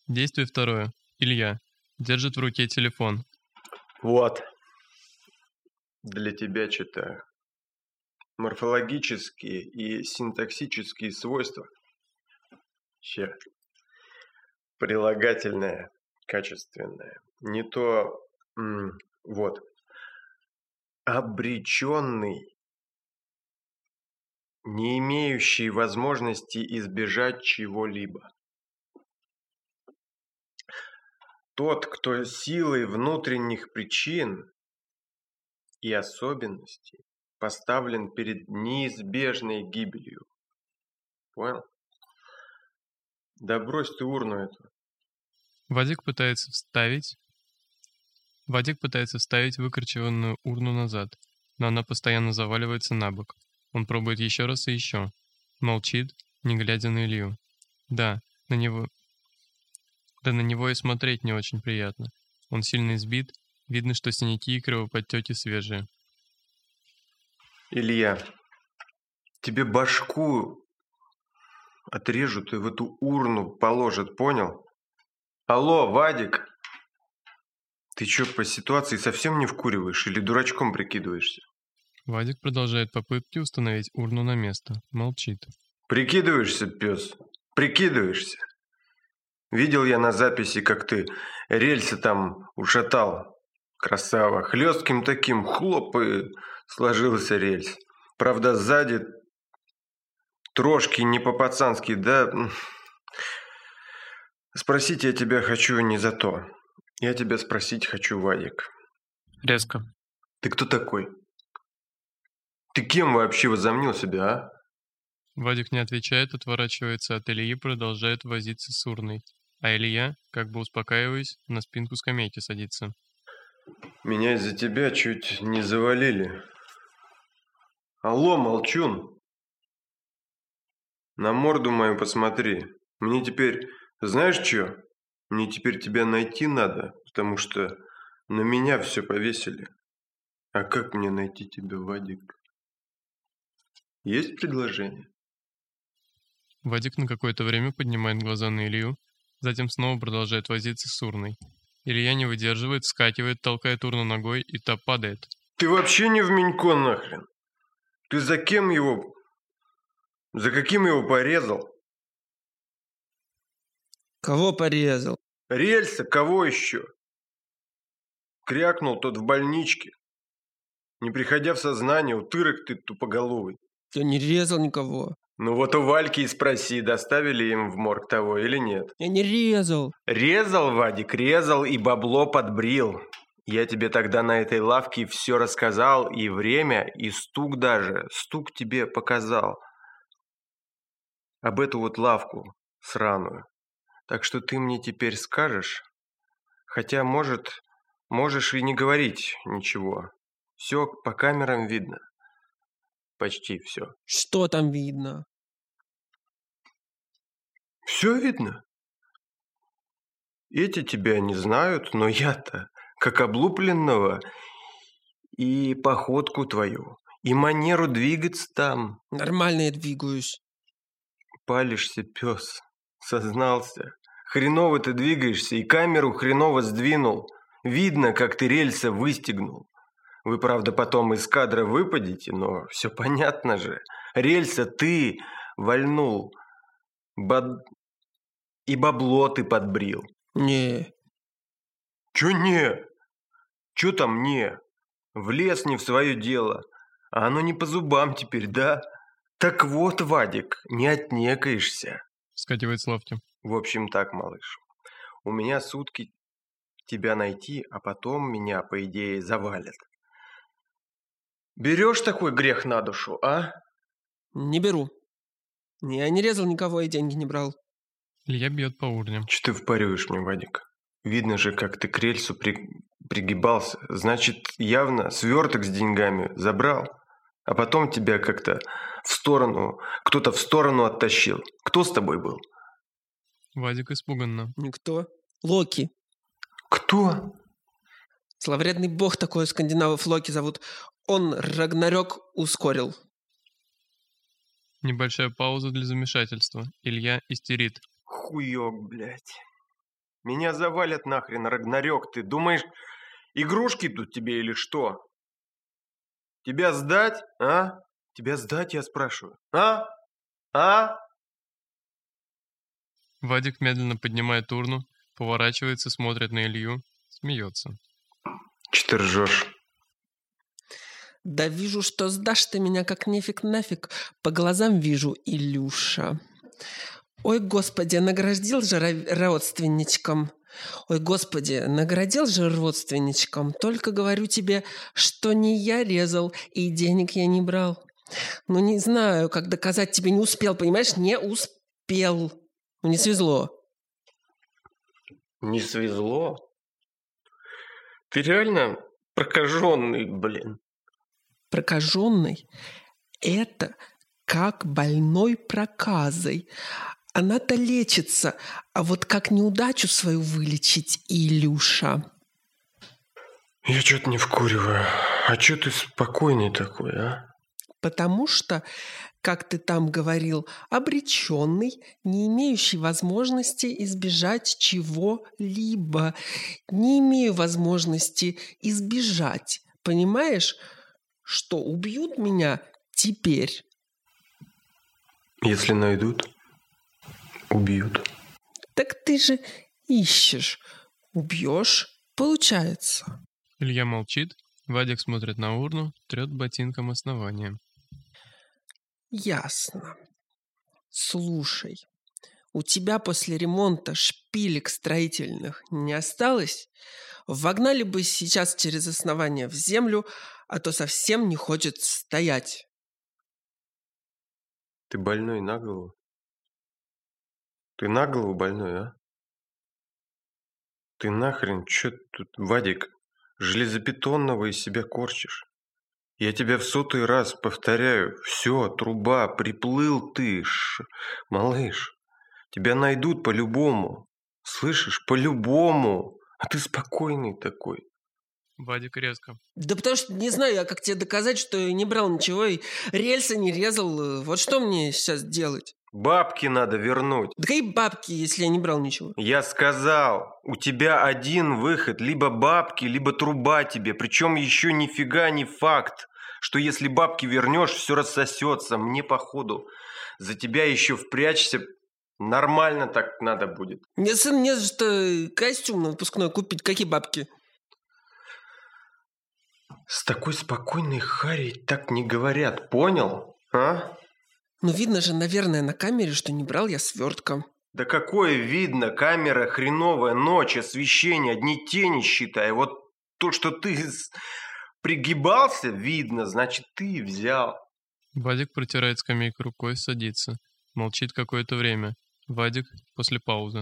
Действие второе. Илья. Держит в руке телефон. Вот. Для тебя читаю. Морфологические и синтаксические свойства. Прилагательное, качественное. Не то... вот. Обреченный, не имеющий возможности избежать чего-либо. Тот, кто силой внутренних причин и особенностей поставлен перед неизбежной гибелью. Понял? Да брось ты урну эту. Вадик пытается вставить выкорчеванную урну назад, но она постоянно заваливается на бок. Он пробует еще раз и еще. Молчит, не глядя на Илью. Да, на него и смотреть не очень приятно. Он сильно избит, видно, что синяки и кровоподтеки свежие. Илья, тебе башку отрежут и в эту урну положат, понял? Алло, Вадик! Ты что, по ситуации совсем не вкуриваешь или дурачком прикидываешься? Вадик продолжает попытки установить урну на место. Молчит. Прикидываешься, пес? Прикидываешься? Видел я на записи, как ты рельсы там ушатал. Красава. Хлестким таким хлоп и сложился рельс. Правда, сзади трошки не по-пацански, да? Спросить я тебя хочу не за то. Я тебя спросить хочу, Вадик. Резко. Ты кто такой? Ты кем вообще возомнил себя, а? Вадик не отвечает, отворачивается от Ильи и продолжает возиться с урной. А Илья, как бы успокаиваясь, на спинку скамейки садится. Меня из-за тебя чуть не завалили. Алло, молчун. На морду мою посмотри. Мне теперь, знаешь что? Мне теперь тебя найти надо, потому что на меня все повесили. А как мне найти тебя, Вадик? Есть предложение? Вадик на какое-то время поднимает глаза на Илью, затем снова продолжает возиться с урной. Илья не выдерживает, вскакивает, толкает урну ногой, и та падает. Ты вообще не в Минько нахрен? Ты за кем его... За каким его порезал? Кого порезал? Рельса, кого еще? Крякнул тот в больничке. Не приходя в сознание, утырок ты тупоголовый. Я не резал никого. Ну вот у Вальки и спроси, доставили им в морг того или нет. Я не резал. Резал, Вадик, резал и бабло подбрил. Я тебе тогда на этой лавке все рассказал, и время, и стук даже. Стук тебе показал. Об эту вот лавку сраную. Так что ты мне теперь скажешь, хотя, может, можешь и не говорить ничего. Все по камерам видно. Почти все. Что там видно? Все видно. Эти тебя не знают, но я-то, как облупленного, и походку твою, и манеру двигаться там. Нормально я двигаюсь. Палишься, пес, сознался. Хреново ты двигаешься, и камеру хреново сдвинул. Видно, как ты рельса выстегнул. Вы, правда, потом из кадра выпадете, но все понятно же. Рельса ты вальнул. И бабло ты подбрил. Не. Чё не? Чё там не? Влез не в свое дело. А оно не по зубам теперь, да? Так вот, Вадик, не отнекаешься. Скативает с лавки. В общем так, малыш. У меня сутки тебя найти, а потом меня, по идее, завалят. Берешь такой грех на душу, а? Не беру. Я не резал никого и деньги не брал. Илья бьет по урне. Что ты впариваешь мне, Вадик? Видно же, как ты к рельсу пригибался. Значит, явно сверток с деньгами забрал. А потом тебя как-то кто-то в сторону оттащил. Кто с тобой был? Вадик испуганно. Никто. Локи. Кто? Зловредный бог такой, скандинавов Локи зовут. Он Рагнарёк ускорил. Небольшая пауза для замешательства. Илья истерит. Хуёк, блядь. Меня завалят нахрен, Рагнарёк. Ты думаешь, игрушки тут тебе или что? Тебя сдать, а? Тебя сдать, я спрашиваю. А? А? Вадик медленно поднимает урну, поворачивается, смотрит на Илью, смеется. Че ты ржешь? Да вижу, что сдашь ты меня как нефиг нафиг. По глазам вижу, Илюша. Ой, Господи, наградил же родственничком. Ой, Господи, наградил же родственничком. Только говорю тебе, что не я резал и денег я не брал. Ну, не знаю, как доказать тебе, не успел, понимаешь? Не успел. Ну, не свезло. Не свезло? Ты реально прокаженный, блин. Прокаженный – это как больной проказой. Она-то лечится, а вот как неудачу свою вылечить, Илюша? Я что-то не вкуриваю. А что ты спокойный такой, а? Потому что, как ты там говорил, обреченный, не имеющий возможности избежать чего-либо. Не имею возможности избежать. Понимаешь, что убьют меня теперь? Если найдут, убьют. Так ты же ищешь. Убьешь, получается. Илья молчит, Вадик смотрит на урну, трет ботинком основание. Ясно. Слушай, у тебя после ремонта шпилек строительных не осталось? Вогнали бы сейчас через основание в землю, а то совсем не хочет стоять. Ты больной на голову? Ты на голову больной, а? Ты нахрен, чё тут, Вадик, железобетонного из себя корчишь? Я тебя в 100-й раз повторяю. Все, труба, приплыл ты, малыш. Тебя найдут по-любому. Слышишь, по-любому. А ты спокойный такой. Вадик резко. Да потому что не знаю, а как тебе доказать, что я не брал ничего и рельсы не резал. Вот что мне сейчас делать? Бабки надо вернуть. Да какие бабки, если я не брал ничего? Я сказал, у тебя один выход. Либо бабки, либо труба тебе. Причем еще нифига не факт, что если бабки вернешь, все рассосется. Мне походу за тебя еще впрячься. Нормально так надо будет. Мне, сын, не за что костюм на выпускной купить. Какие бабки? С такой спокойной Харей так не говорят, понял? А? Ну, видно же, наверное, на камере, что не брал я свертка. Да какое видно, камера хреновая, ночь, освещение, одни тени считай. Вот то, что ты пригибался, видно, значит, ты взял. Вадик протирает скамейку рукой, садится. Молчит какое-то время. Вадик после паузы.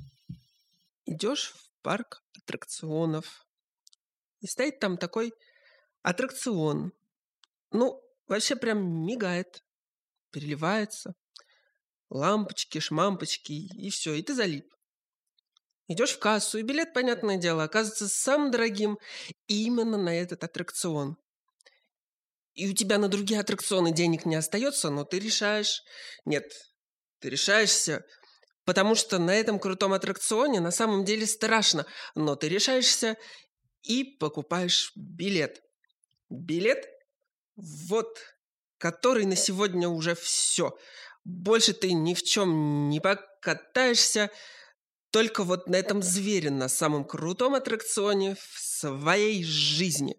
Идешь в парк аттракционов. И стоит там такой аттракцион. Ну, вообще прям мигает, переливается. Лампочки, шмампочки, и все, и ты залип. Идешь в кассу, и билет, понятное дело, оказывается самым дорогим именно на этот аттракцион. И у тебя на другие аттракционы денег не остается, но ты решаешь... Нет, ты решаешься, потому что на этом крутом аттракционе на самом деле страшно, но ты решаешься и покупаешь билет. Билет, вот, который на сегодня уже все. Больше ты ни в чем не покатаешься, только вот на этом звере, на самом крутом аттракционе в своей жизни.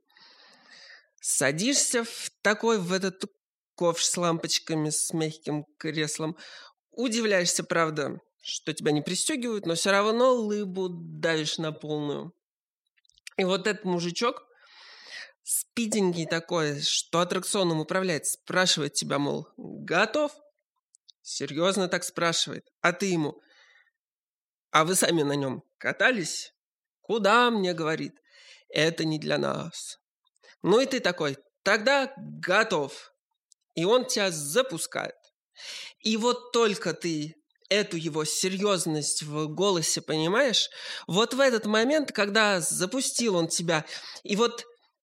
Садишься в этот ковш с лампочками, с мягким креслом. Удивляешься, правда, что тебя не пристегивают, но все равно лыбу давишь на полную. И вот этот мужичок, спиденький такой, что аттракционом управляет, спрашивает тебя, мол, готов? Серьезно так спрашивает. А ты ему: а вы сами на нем катались? Куда, мне говорит, это не для нас. Ну и ты такой: тогда готов. И он тебя запускает. И вот только ты эту его серьезность в голосе понимаешь, вот в этот момент, когда запустил он тебя, и вот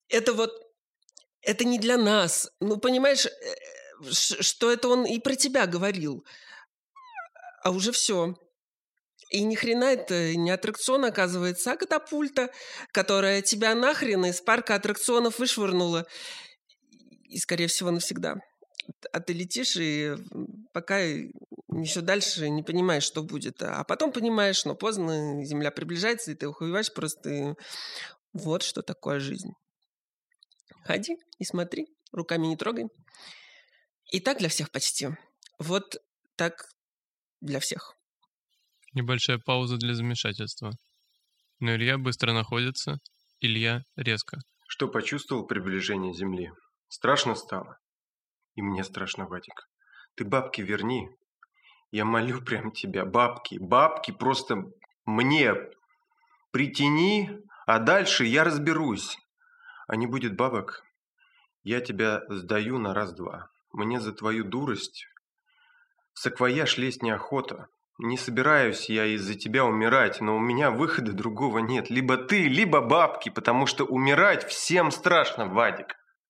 это не для нас. Ну, понимаешь, что это он и про тебя говорил. А уже все. И ни хрена это не аттракцион, оказывается, а катапульта, которая тебя нахрен из парка аттракционов вышвырнула. И, скорее всего, навсегда. А ты летишь, и пока еще дальше не понимаешь, что будет. А потом понимаешь, но поздно, Земля приближается, и ты охуеваешь просто. И вот что такое жизнь. Ходи и смотри, руками не трогай. И так для всех почти. Вот так для всех. Небольшая пауза для замешательства. Но Илья быстро находится. Илья резко. Что почувствовал приближение Земли? Страшно стало? И мне страшно, Вадик. Ты бабки верни. Я молю прям тебя. Бабки просто мне притяни, а дальше я разберусь. А не будет бабок, я тебя сдаю на раз-два. Мне за твою дурость в саквояж лезть неохота. Не собираюсь я из-за тебя умирать, но у меня выхода другого нет. Либо ты, либо бабки, потому что умирать всем страшно, Вадик.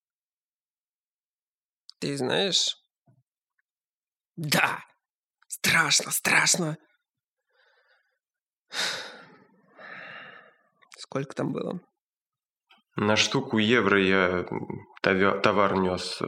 Ты знаешь? Да, страшно. Сколько там было? На штуку евро я товар нес.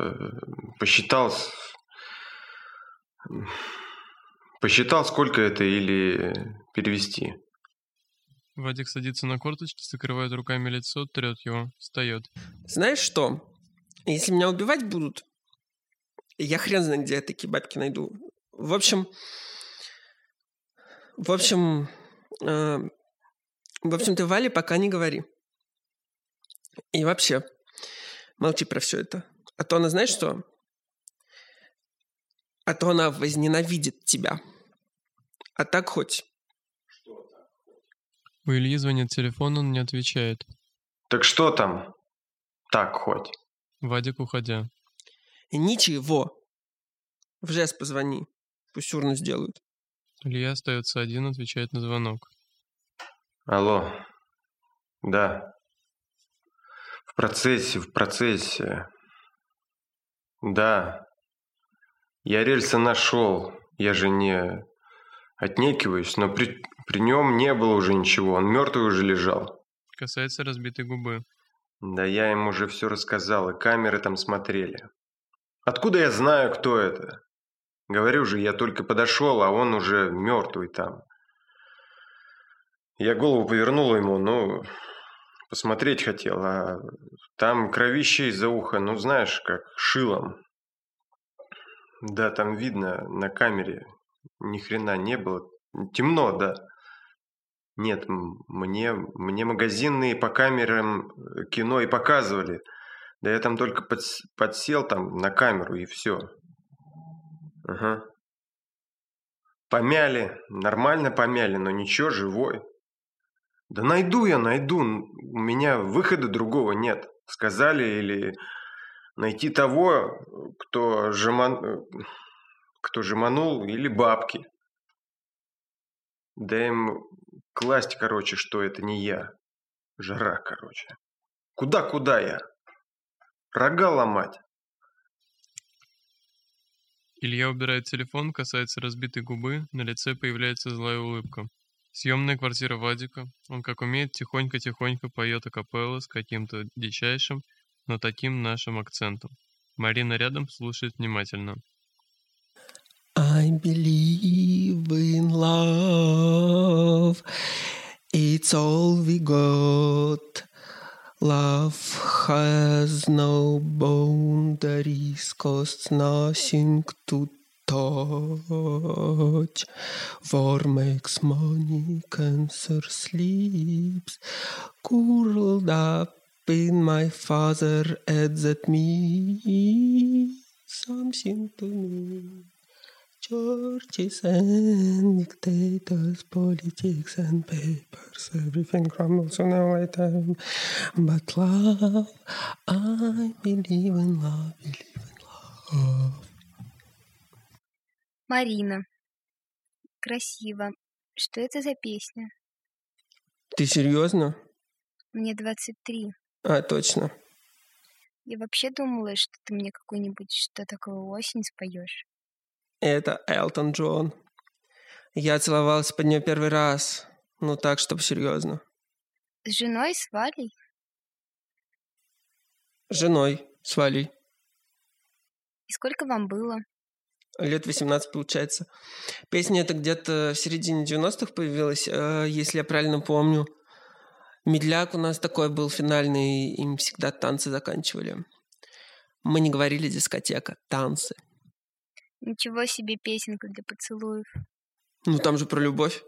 Посчитал, сколько это, или перевести. Вадик садится на корточки, закрывает руками лицо, трет его, встает. Знаешь что? Если меня убивать будут, я хрен знает, где я такие бабки найду. В общем, ты Вале пока не говори. И вообще, молчи про все это. А то она, знаешь что? А то она возненавидит тебя. А так хоть. У Ильи звонит телефон, он не отвечает. Так что там? Так хоть. Вадик, уходя. Ничего. В ЖЭС позвони. Пусть урну сделают. Илья остается один, отвечает на звонок. Алло. Да. В процессе. Да. Я рельсы нашел. Я же не отнекиваюсь, но при нем не было уже ничего. Он мертвый уже лежал. Касается разбитой губы. Да я им уже все рассказал, и камеры там смотрели. Откуда я знаю, кто это? Говорю же, я только подошел, а он уже мертвый там. Я голову повернул ему, посмотреть хотел, а там кровище из-за уха, знаешь, как шилом. Да, там видно на камере, ни хрена не было. Темно, да. Нет, мне магазинные по камерам кино и показывали. Да я там только подсел там на камеру и все. Ага. Помяли, нормально помяли, но ничего, живой. Да найду. У меня выхода другого нет. Сказали, или найти того, кто жеманул, или бабки. Да им класть, что это не я. Жара, Куда я? Рога ломать. Илья убирает телефон, касается разбитой губы, на лице появляется злая улыбка. Съемная квартира Вадика. Он, как умеет, тихонько-тихонько поет акапеллу с каким-то дичайшим, но таким нашим акцентом. Марина рядом слушает внимательно. I believe in love. It's all we got. Love has no boundaries, costs nothing to touch. War makes money, cancer sleeps. Curled up in my father adds at me something to me. Churches and dictators, politics and papers, everything crumbles in a lifetime. But love, I believe in love, Марина. Красиво. Что это за песня? Ты серьезно? Мне 23. А, точно. Я вообще думала, что ты мне какую-нибудь «Что такое осень» споешь. Это Элтон Джон. Я целовался под нее первый раз. Ну так, чтобы серьезно. С женой, с Валей? С женой, с Валей. И сколько вам было? Лет 18, получается. Песня эта где-то в середине 90-х появилась, если я правильно помню. Медляк у нас такой был финальный, им всегда танцы заканчивали. Мы не говорили дискотека, танцы. Ничего себе песенка для поцелуев. Ну там же про любовь.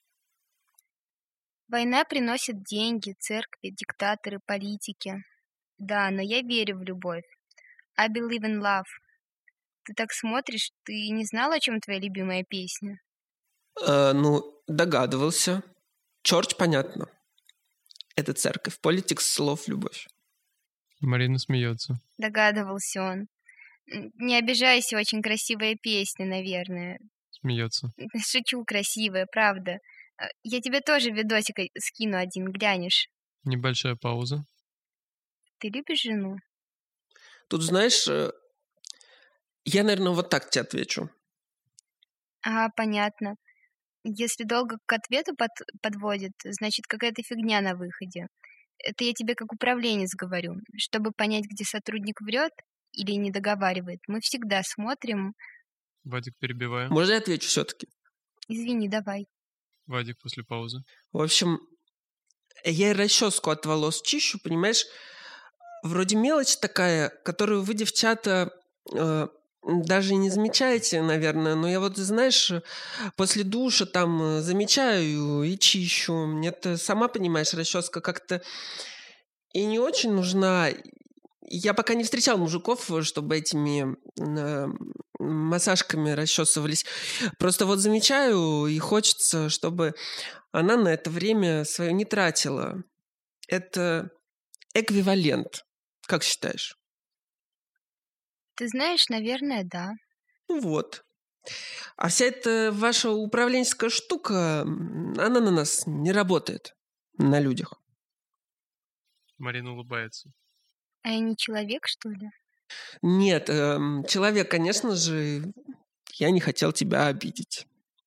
Война приносит деньги, церкви, диктаторы, политики. Да, но я верю в любовь. I believe in love. Ты так смотришь, ты не знала, о чем твоя любимая песня? Ну, догадывался. Чёрч, понятно. Это церковь. Политикс, слов, любовь. Марина смеется. Догадывался он. Не обижайся, очень красивая песня, наверное. Смеется. Шучу, красивая, правда. Я тебе тоже видосик скину один, глянешь. Небольшая пауза. Ты любишь жену? Тут, знаешь, я, наверное, вот так тебе отвечу. Понятно. Если долго к ответу подводит, значит, какая-то фигня на выходе. Это я тебе как управленец говорю. Чтобы понять, где сотрудник врет или не договаривает, мы всегда смотрим... Вадик, перебивая. Можно я отвечу все-таки? Извини, давай. Вадик после паузы. В общем, я и расческу от волос чищу, понимаешь? Вроде мелочь такая, которую вы, девчата, даже не замечаете, наверное. Но я вот, знаешь, после душа там замечаю и чищу. Мне-то, сама понимаешь, расческа как-то и не очень нужна. Я пока не встречал мужиков, чтобы этими массажками расчесывались. Просто вот замечаю, и хочется, чтобы она на это время свое не тратила. Это эквивалент. Как считаешь? Ты знаешь, наверное, да. Ну вот. А вся эта ваша управленческая штука, она на нас не работает. На людях. Марина улыбается. А я не человек, что ли? Нет, человек, конечно же, я не хотел тебя обидеть.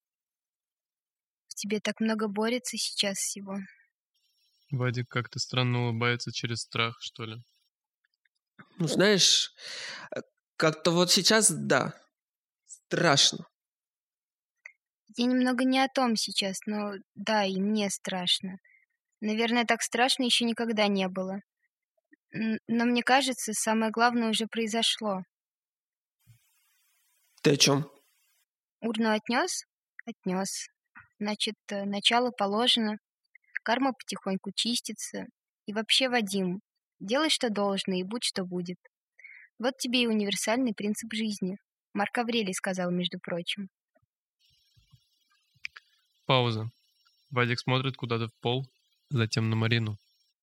В тебе так много борется сейчас всего. Вадик как-то странно улыбается через страх, что ли. Ну, знаешь, как-то вот сейчас, да, страшно. Я немного не о том сейчас, но да, и мне страшно. Наверное, так страшно еще никогда не было. Но мне кажется, самое главное уже произошло. Ты о чем? Урну отнес? Отнес. Значит, начало положено. Карма потихоньку чистится. И вообще, Вадим, делай, что должно, и будь, что будет. Вот тебе и универсальный принцип жизни. Марк Аврелий сказал, между прочим. Пауза. Вадик смотрит куда-то в пол, затем на Марину.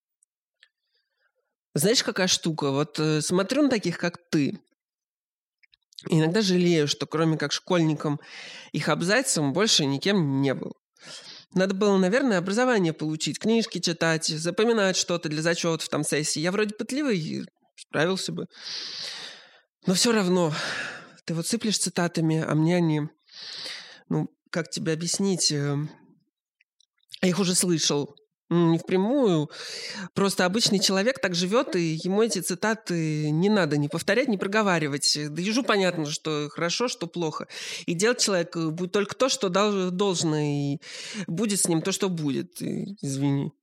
Знаешь, какая штука? Вот смотрю на таких, как ты. Иногда жалею, что кроме как школьникам и хабзайцам больше никем не был. Надо было, наверное, образование получить, книжки читать, запоминать что-то для зачетов, там, сессии. Я вроде пытливый, справился бы. Но все равно, ты вот сыплешь цитатами, а мне они... Ну, как тебе объяснить? Я их уже слышал. Не впрямую. Просто обычный человек так живет, и ему эти цитаты не надо ни повторять, ни проговаривать. Да ежу понятно, что хорошо, что плохо. И делать человек будет только то, что должно, и будет с ним то, что будет. Извини.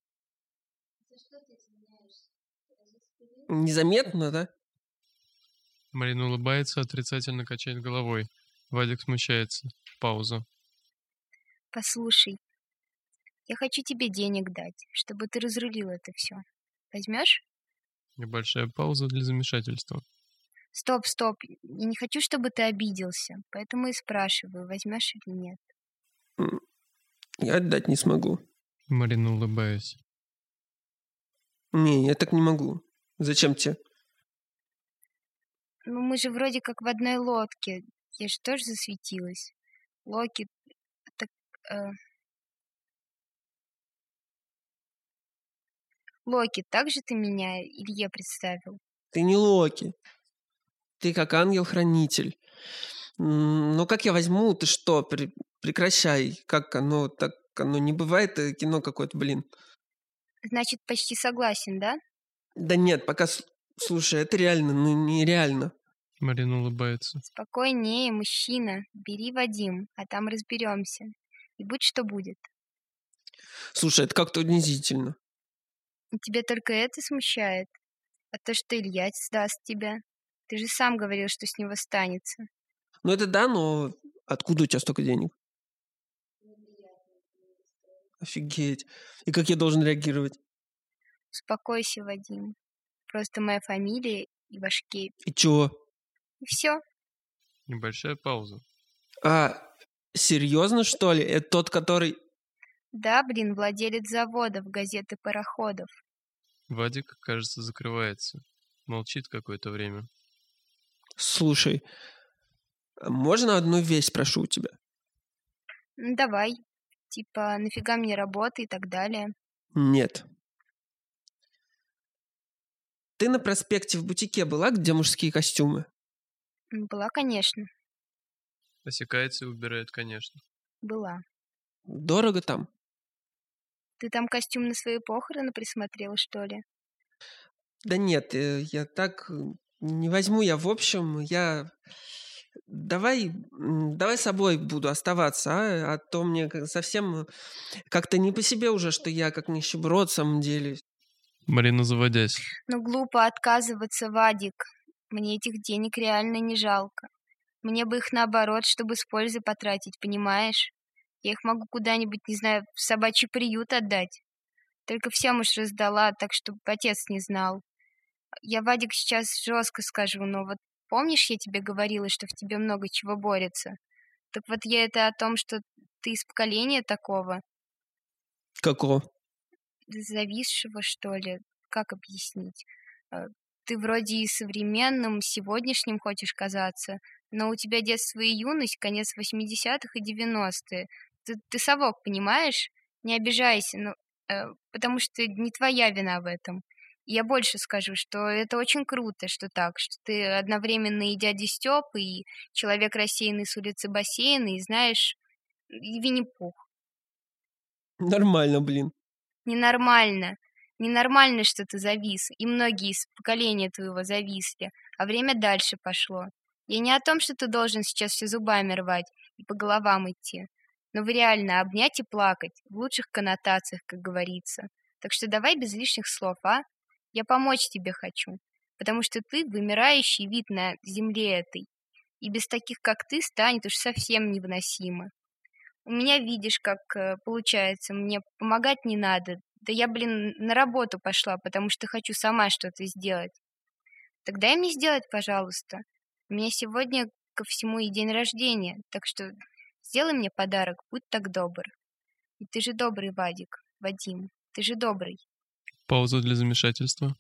Незаметно, да? Марина улыбается, отрицательно качает головой. Вадик смущается. Пауза. Послушай, я хочу тебе денег дать, чтобы ты разрулил это все. Возьмешь? Небольшая пауза для замешательства. Стоп. Я не хочу, чтобы ты обиделся, поэтому и спрашиваю, возьмешь или нет. Я отдать не смогу. Марина, улыбаясь. Не, я так не могу. Зачем тебе? Ну, мы же вроде как в одной лодке. Я же тоже засветилась. Локи, так... Локи, так же ты меня Илье представил? Ты не Локи. Ты как ангел-хранитель. Ну, как я возьму? Ты что, прекращай. Как оно, так оно не бывает, кино какое-то, блин. Значит, почти согласен, да? Да нет, пока, слушай, это реально, ну нереально. Марина улыбается. Спокойнее, мужчина. Бери Вадим, а там разберемся. И будь что будет. Слушай, это как-то унизительно. И тебе только это смущает? А то, что Илья сдаст тебя. Ты же сам говорил, что с него станется. Ну это да, но откуда у тебя столько денег? Офигеть. И как я должен реагировать? Успокойся, Вадим. Просто моя фамилия и Вашкевич. И чё? И все. Небольшая пауза. А, серьезно, что ли? Это тот, который... Да, блин, владелец заводов, газет и пароходов. Вадик, кажется, закрывается. Молчит какое-то время. Слушай, можно одну вещь прошу у тебя? Давай. Типа, нафига мне работа и так далее. Нет. Ты на проспекте в бутике была, где мужские костюмы? Была, конечно. Осекается и убирает, конечно. Была. Дорого там? Ты там костюм на свои похороны присмотрела, что ли? Да нет, я так не возьму. Я, в общем, Давай с собой буду оставаться, а то мне совсем как-то не по себе уже, что я как нищеброд в самом деле. Марина, заводясь. Ну, глупо отказываться, Вадик. Мне этих денег реально не жалко. Мне бы их наоборот, чтобы с пользой потратить, понимаешь? Я их могу куда-нибудь, не знаю, в собачий приют отдать. Только всем уж раздала, так чтобы отец не знал. Я, Вадик, сейчас жестко скажу, но вот помнишь, я тебе говорила, что в тебе много чего борется? Так вот я это о том, что ты из поколения такого, Какого? зависшего, что ли, как объяснить? Ты вроде и современным, сегодняшним хочешь казаться, но у тебя детство и юность, конец 80-х и 90-е. Ты совок, понимаешь? Не обижайся, потому что не твоя вина в этом. Я больше скажу, что это очень круто, что так, что ты одновременно и дядя Стёп, и человек рассеянный с улицы бассейна, и знаешь, и Винни-Пух. Нормально, блин. Ненормально. Ненормально, что ты завис, и многие из поколения твоего зависли, а время дальше пошло. Я не о том, что ты должен сейчас все зубами рвать и по головам идти, но вы реально обнять и плакать, в лучших коннотациях, как говорится. Так что давай без лишних слов, а? Я помочь тебе хочу, потому что ты вымирающий вид на земле этой, и без таких, как ты, станет уж совсем невыносимо. У меня, видишь, как получается, мне помогать не надо. Да я, блин, на работу пошла, потому что хочу сама что-то сделать. Так дай мне сделать, пожалуйста. У меня сегодня ко всему и день рождения, так что сделай мне подарок, будь так добр. И ты же добрый, Вадик, Вадим, ты же добрый. Пауза для замешательства.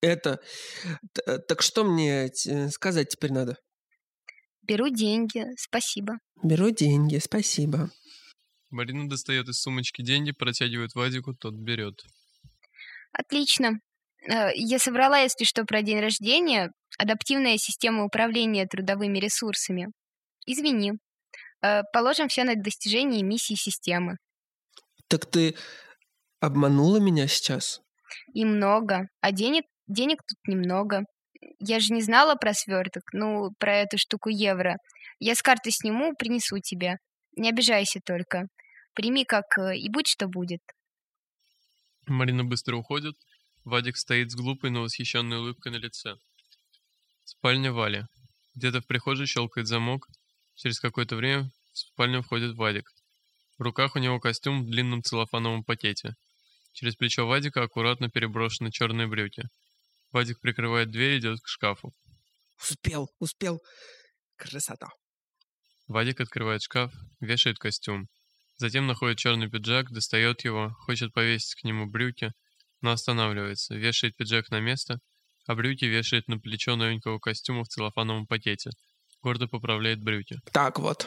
Так что мне сказать теперь надо? Беру деньги, спасибо. Беру деньги, спасибо. Марина достает из сумочки деньги, протягивает Вадику, тот берет. Отлично. Я собрала, если что, про день рождения. Адаптивная система управления трудовыми ресурсами. Извини. Положим все на достижение миссии системы. Так ты обманула меня сейчас? И много. А денег тут немного. Я же не знала про сверток, про эту штуку евро. Я с карты сниму, принесу тебе. Не обижайся только. Прими как и будь что будет. Марина быстро уходит. Вадик стоит с глупой, но восхищенной улыбкой на лице. Спальня Вали. Где-то в прихожей щелкает замок. Через какое-то время в спальню входит Вадик. В руках у него костюм в длинном целлофановом пакете. Через плечо Вадика аккуратно переброшены черные брюки. Вадик прикрывает дверь и идет к шкафу. Успел. Красота. Вадик открывает шкаф, вешает костюм. Затем находит черный пиджак, достает его, хочет повесить к нему брюки, но останавливается, вешает пиджак на место, а брюки вешает на плечо новенького костюма в целлофановом пакете. Гордо поправляет брюки. Так вот.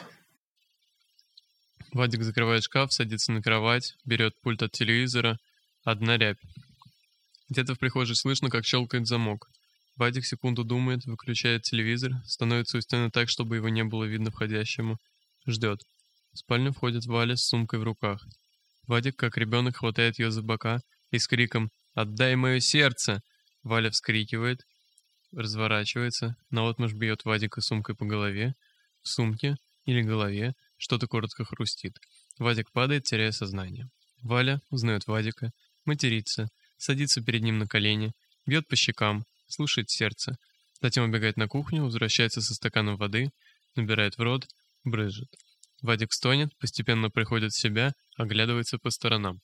Вадик закрывает шкаф, садится на кровать, берет пульт от телевизора. Одна рябь. Где-то в прихожей слышно, как щелкает замок. Вадик секунду думает, выключает телевизор, становится у стены так, чтобы его не было видно входящему. Ждет. В спальню входит Валя с сумкой в руках. Вадик, как ребенок, хватает ее за бока и с криком «Отдай мое сердце!» Валя вскрикивает, разворачивается, наотмашь бьет Вадика сумкой по голове. В сумке или голове что-то коротко хрустит. Вадик падает, теряя сознание. Валя узнает Вадика, матерится, садится перед ним на колени, бьет по щекам, слушает сердце. Затем убегает на кухню, возвращается со стаканом воды, набирает в рот, брызжет. Вадик стонет, постепенно приходит в себя, оглядывается по сторонам.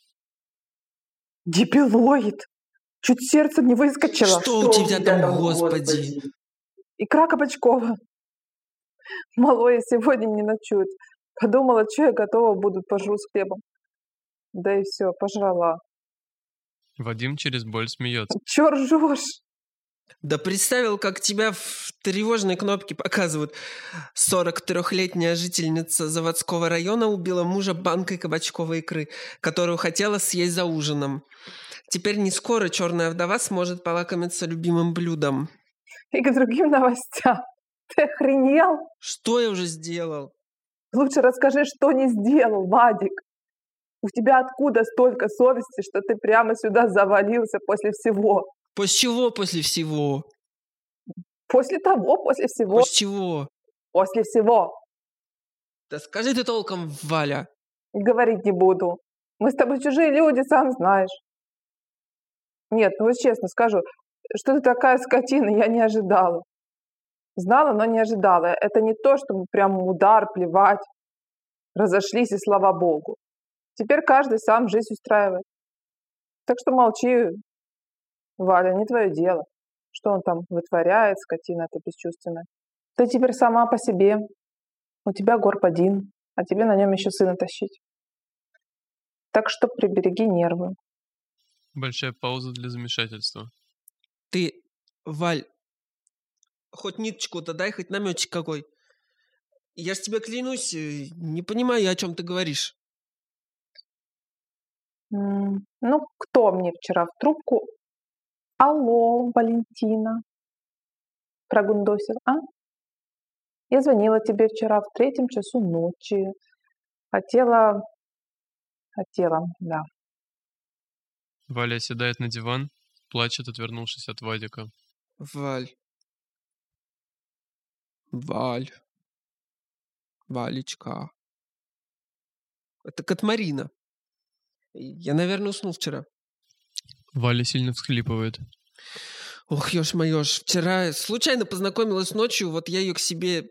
Дебилоид! Чуть сердце не выскочило. Что у тебя там, господи? Икра кабачкова. Малое сегодня не ночует. Подумала, что я готова буду, пожру с хлебом. Да и все, пожрала. Вадим через боль смеется. Чё ржёшь? Да представил, как тебя в тревожной кнопке показывают. 43-летняя жительница заводского района убила мужа банкой кабачковой икры, которую хотела съесть за ужином. Теперь не скоро черная вдова сможет полакомиться любимым блюдом. И к другим новостям. Ты охренел? Что я уже сделал? Лучше расскажи, что не сделал, Вадик. У тебя откуда столько совести, что ты прямо сюда завалился после всего? После чего после всего? После того, после всего. После чего? После всего. Да скажи ты толком, Валя. Говорить не буду. Мы с тобой чужие люди, сам знаешь. Нет, ну вот честно скажу, что ты такая скотина, я не ожидала. Знала, но не ожидала. Это не то, чтобы прям удар, плевать. Разошлись, и слава богу. Теперь каждый сам жизнь устраивает. Так что молчи, Валя, не твое дело. Что он там вытворяет, скотина эта бесчувственная. Ты теперь сама по себе. У тебя горб один, а тебе на нем еще сына тащить. Так что прибереги нервы. Большая пауза для замешательства. Ты, Валь, хоть ниточку-то дай, хоть намётчик какой. Я ж тебе клянусь, не понимаю, о чем ты говоришь. Ну, кто мне вчера в трубку? Алло, Валентина. Прогундосил, а? Я звонила тебе вчера в 3 часу ночи. Хотела, да. Валя оседает на диван, плачет, отвернувшись от Вадика. Валь. Валечка. Это Катмарина. Я, наверное, уснул вчера. Валя сильно всхлипывает. Ох, ешь-моёшь, вчера случайно познакомилась ночью, вот я ее к себе...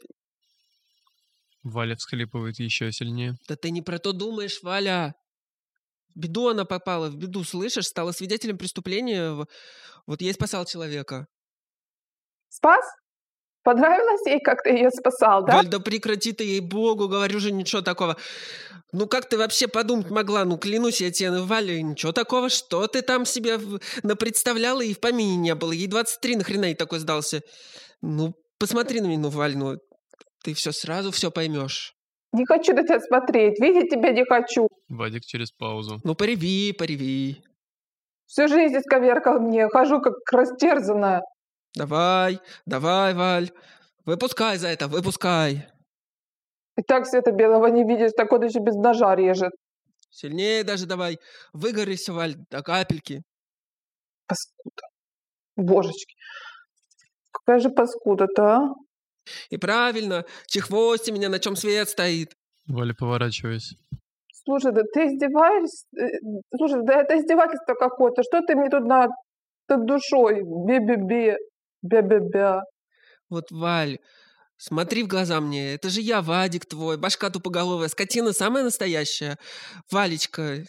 Валя всхлипывает еще сильнее. Да ты не про то думаешь, Валя. В беду она попала, в беду, слышишь? Стала свидетелем преступления. Вот я и спасал человека. Спас? Понравилось ей, как ты ее спасал, да? Валь, да прекрати ты, ей-богу, говорю же, ничего такого. Ну как ты вообще подумать могла? Ну клянусь я тебе, Валя, ничего такого, что ты там себе напредставляла и в помине не было. Ей 23, нахрена ей такой сдался? Ну, посмотри на меня, ну, Валь, ну, ты сразу все поймешь. Не хочу на тебя смотреть, видеть тебя не хочу. Вадик через паузу. Ну, пореви. Всю жизнь исковеркал мне, хожу как растерзанная. Давай, Валь, выпускай за это, выпускай. И так света белого не видишь, так он еще без ножа режет. Сильнее даже давай, выгорися, Валь, до капельки. Паскуда. Божечки. Какая же паскуда-то, а? И правильно, чехвости меня, на чем свет стоит. Валя, поворачиваясь. Слушай, да ты издеваешься? Слушай, да это издевательство какое-то. Что ты мне тут над душой? Бе-бе-бе. Бя-бя-бя. Вот, Валь, смотри в глаза мне. Это же я, Вадик твой, башка тупоголовая, скотина самая настоящая. Валечка,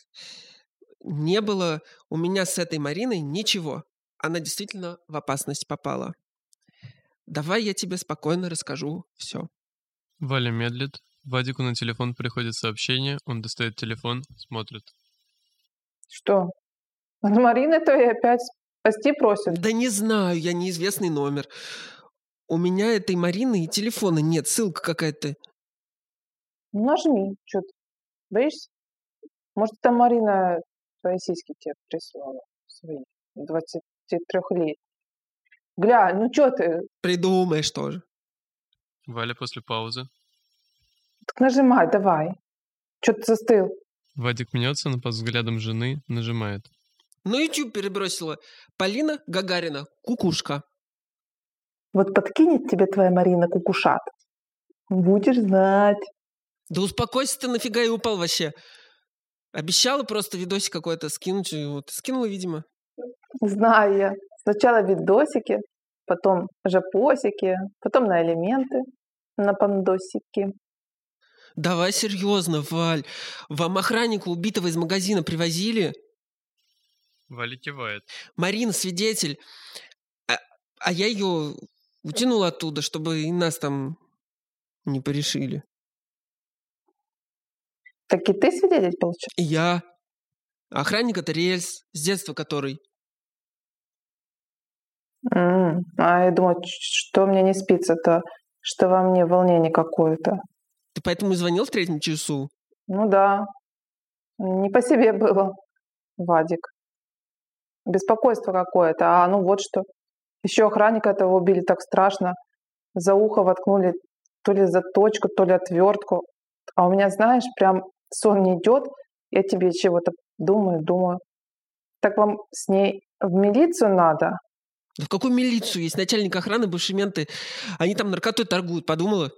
не было у меня с этой Мариной ничего. Она действительно в опасность попала. Давай я тебе спокойно расскажу все. Валя медлит. Вадику на телефон приходит сообщение. Он достает телефон, смотрит. Что? От Марины твоей опять спасти просит? Да не знаю, я неизвестный номер. У меня этой Марины и телефона нет, ссылка какая-то. Ну, нажми, что ты, боишься? Может, это Марина твои сиськи тебе прислала, свои, 23 лет. Глянь, ну что ты? Придумаешь тоже. Валя после паузы. Так нажимай, давай. Чё ты застыл? Вадик мнется, но под взглядом жены нажимает. На YouTube перебросила. Полина Гагарина. Кукушка. Вот подкинет тебе твоя Марина кукушат. Будешь знать. Да успокойся ты, нафига я упал вообще. Обещала просто видосик какой-то скинуть. Вот, скинула, видимо. Знаю я. Сначала видосики, потом жопосики, потом на элементы, на пандосики. Давай серьезно, Валь. Вам охранника убитого из магазина привозили? Валя кивает. Марина свидетель. А я ее утянул оттуда, чтобы и нас там не порешили. Так и ты свидетель, получается? И я. Охранник это рельс, с детства который. А я думаю, что мне не спится-то, что во мне волнение какое-то. Ты поэтому и звонил в 3 часу? Ну да, не по себе было, Вадик. Беспокойство какое-то, а ну вот что. Еще охранника этого убили так страшно. За ухо воткнули то ли заточку, то ли отвертку. А у меня, знаешь, прям сон не идет. Я тебе чего-то думаю. Так вам с ней в милицию надо? Да в какую милицию? Есть начальник охраны, бывшие менты. Они там наркотой торгуют, подумала?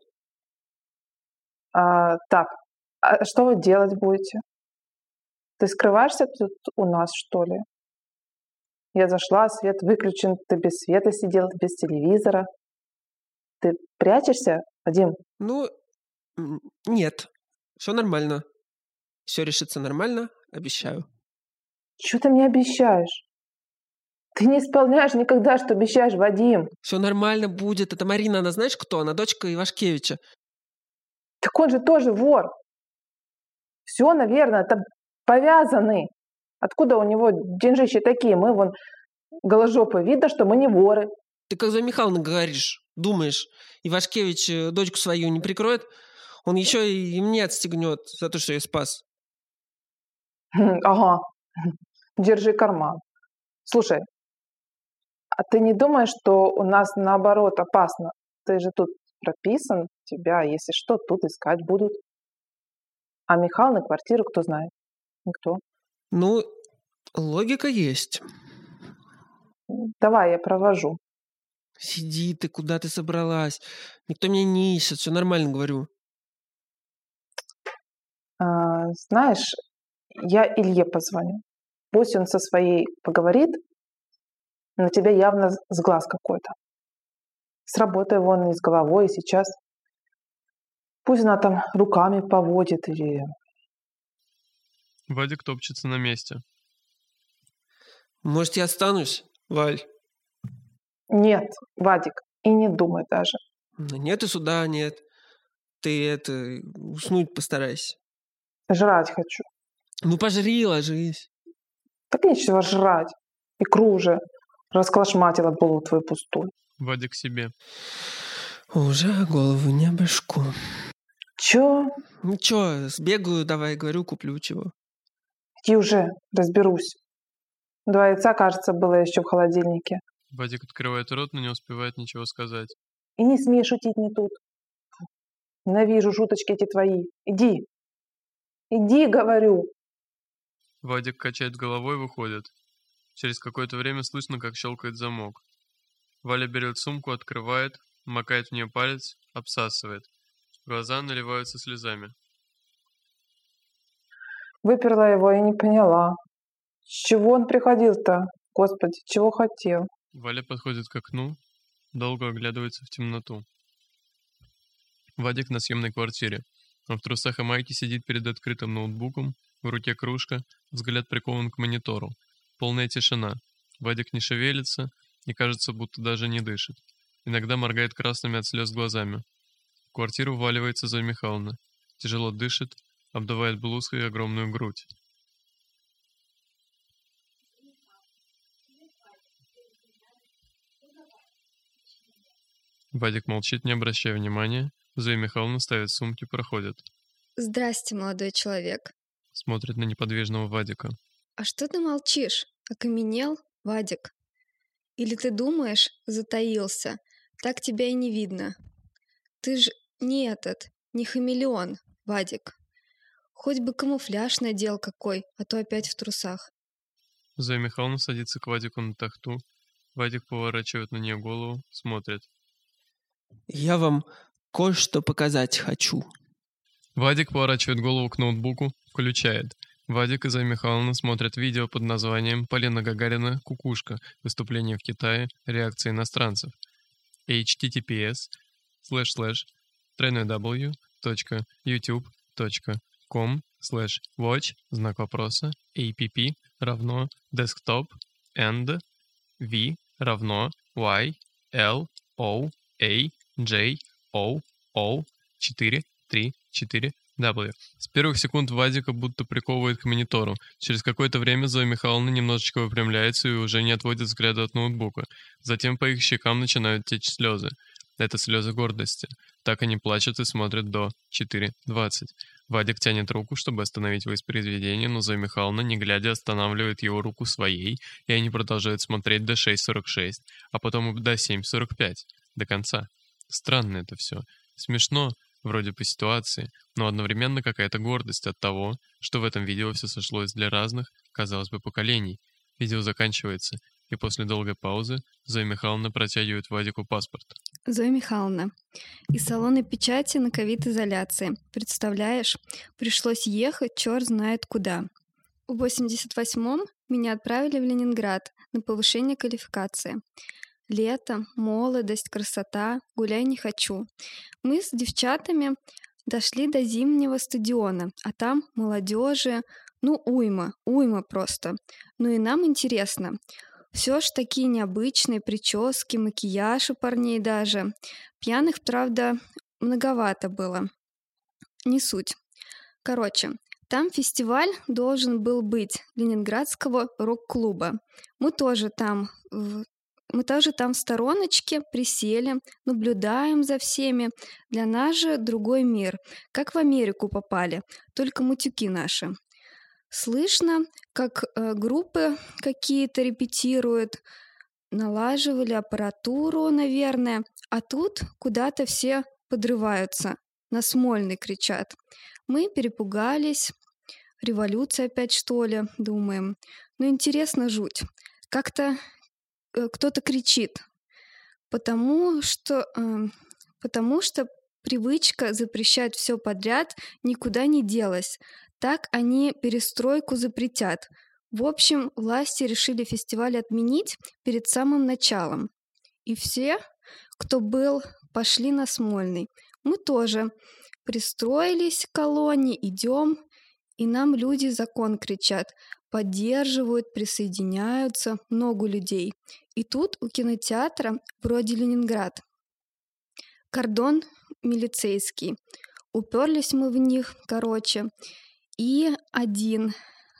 Так, а что вы делать будете? Ты скрываешься тут у нас, что ли? Я зашла, свет выключен, ты без света сидел, без телевизора. Ты прячешься, Вадим? Ну, нет. Все нормально. Все решится нормально, обещаю. Что ты мне обещаешь? Ты не исполняешь никогда, что обещаешь, Вадим. Все нормально будет. Это Марина, она знаешь кто? Она дочка Ивашкевича. Так он же тоже вор. Все, наверное, это повязаны. Откуда у него деньжищи такие? Мы вон голожопы. Видно, что мы не воры. Ты как за Михайловна говоришь, думаешь, Ивашкевич дочку свою не прикроет? Он еще и мне отстегнет за то, что я спас. Ага, держи карман. Слушай, а ты не думаешь, что у нас наоборот опасно? Ты же тут прописан, тебя, если что, тут искать будут. А Михайловна квартиру кто знает? Никто. Ну, логика есть. Давай, я провожу. Сиди ты, куда ты собралась? Никто меня не ищет, все нормально говорю. Знаешь, я Илье позвоню. Пусть он со своей поговорит, на тебя явно сглаз какой-то. С работой вон и с головой, и сейчас. Пусть она там руками поводит или... Вадик топчется на месте. Может, я останусь, Валь? Нет, Вадик, и не думай даже. Нет и суда нет. Ты уснуть постарайся. Жрать хочу. Ну, пожри, ложись. Так нечего жрать. Икру уже расколошматила голову твою пустую. Вадик себе. Уже голову не башку. Чё? Ничего, сбегаю, давай, говорю, куплю чего. Иди уже, разберусь. 2 яйца, кажется, было еще в холодильнике. Вадик открывает рот, но не успевает ничего сказать. И не смей шутить не тут. Ненавижу шуточки эти твои. Иди. Иди, говорю. Вадик качает головой и выходит. Через какое-то время слышно, как щелкает замок. Валя берет сумку, открывает, макает в нее палец, обсасывает. Глаза наливаются слезами. Выперла его и не поняла. С чего он приходил-то? Господи, чего хотел? Валя подходит к окну, долго оглядывается в темноту. Вадик на съемной квартире. Он в трусах и майке сидит перед открытым ноутбуком, в руке кружка, взгляд прикован к монитору. Полная тишина. Вадик не шевелится и кажется, будто даже не дышит. Иногда моргает красными от слез глазами. В квартиру вваливается Зоя Михайловна. Тяжело дышит, обдувает блузкой огромную грудь. Вадик молчит, не обращая внимания. Зоя Михайловна ставит сумки, проходит. Здрасте, молодой человек. Смотрит на неподвижного Вадика. А что ты молчишь? Окаменел, Вадик? Или ты думаешь, затаился? Так тебя и не видно. Ты ж не хамелеон, Вадик. Хоть бы камуфляж надел какой, а то опять в трусах. Зоя Михайловна садится к Вадику на тахту. Вадик поворачивает на нее голову, смотрит. Я вам кое-что показать хочу. Вадик поворачивает голову к ноутбуку, включает. Вадик и Зоя Михайловна смотрят видео под названием «Полина Гагарина. Кукушка. Выступление в Китае. Реакции иностранцев». https://www.youtube.com/watch app desktop and v y l o a j o o 434 W. С первых секунд Вадика будто приковывает к монитору. Через какое-то время Зоя Михайловна немножечко выпрямляется и уже не отводит взгляда от ноутбука. Затем по их щекам начинают течь слезы. Это слезы гордости. Так они плачут и смотрят до 4:20. Вадик тянет руку, чтобы остановить воспроизведение, но Зоя Михайловна, не глядя, останавливает его руку своей, и они продолжают смотреть до 6:46, а потом и до 7:45. До конца. Странно это все. Смешно, вроде по ситуации, но одновременно какая-то гордость от того, что в этом видео все сошлось для разных, казалось бы, поколений. Видео заканчивается, и после долгой паузы Зоя Михайловна протягивает Вадику паспорт. Зоя Михайловна, из салона печати на ковид-изоляции. Представляешь, пришлось ехать черт знает куда. В 88-м меня отправили в Ленинград на повышение квалификации. Лето, молодость, красота, гуляй не хочу. Мы с девчатами дошли до зимнего стадиона, а там молодежи, уйма просто. Ну и нам интересно. Все ж такие необычные прически, макияж у парней даже. Пьяных, правда, многовато было. Не суть. Короче, там фестиваль должен был быть Ленинградского рок-клуба. Мы тоже там в стороночке присели, наблюдаем за всеми. Для нас же другой мир. Как в Америку попали, только мутюки наши. Слышно, как группы какие-то репетируют, налаживали аппаратуру, наверное, а тут куда-то все подрываются, на Смольный кричат. Мы перепугались, революция опять что ли, думаем. Интересно жуть. Как-то кто-то кричит, потому что привычка запрещать все подряд никуда не делась. Так они перестройку запретят. В общем, власти решили фестиваль отменить перед самым началом. И все, кто был, пошли на Смольный. Мы тоже пристроились к колонне, идем, и нам люди закон кричат. Поддерживают, присоединяются, много людей. И тут у кинотеатра, вроде Ленинград, кордон милицейский. Уперлись мы в них, и один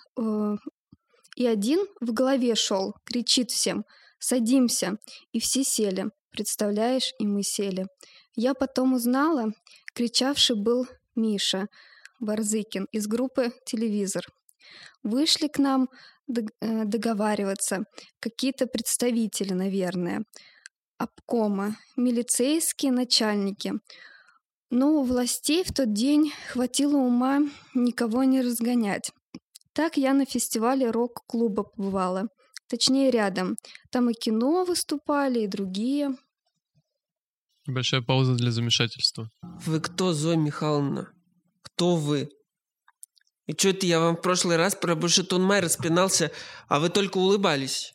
в голове шел, кричит всем: «Садимся!» И все сели. Представляешь, и мы сели. Я потом узнала, кричавший был Миша Барзыкин из группы «Телевизор». Вышли к нам договариваться какие-то представители, наверное, обкома, милицейские начальники. Но у властей в тот день хватило ума никого не разгонять. Так я на фестивале рок-клуба побывала. Точнее, рядом. Там и кино выступали, и другие. Большая пауза для замешательства. Вы кто, Зоя Михайловна? Кто вы? И что это я вам в прошлый раз про Бушетун-Май распинался, а вы только улыбались?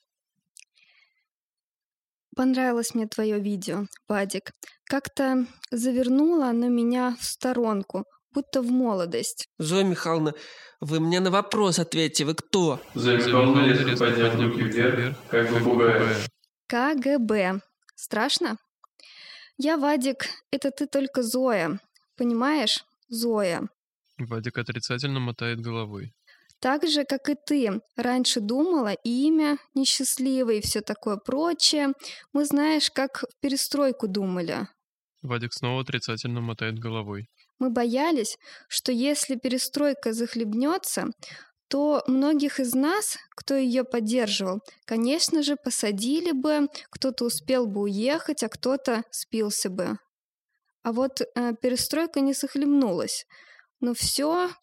Понравилось мне твое видео, Вадик. Как-то завернуло оно меня в сторонку, будто в молодость. Зоя Михайловна, вы мне на вопрос ответьте, вы кто? Зоя Михайловна резко подняв руки вверх, как бы пугая. КГБ. Страшно? Я, Вадик, это ты только Зоя. Понимаешь? Зоя. Вадик отрицательно мотает головой. Так же, как и ты, раньше думала, имя несчастливое и все такое прочее. Мы, знаешь, как в перестройку думали. Вадик снова отрицательно мотает головой. Мы боялись, что если перестройка захлебнется, то многих из нас, кто ее поддерживал, конечно же, посадили бы, кто-то успел бы уехать, а кто-то спился бы. А вот перестройка не захлебнулась. Но все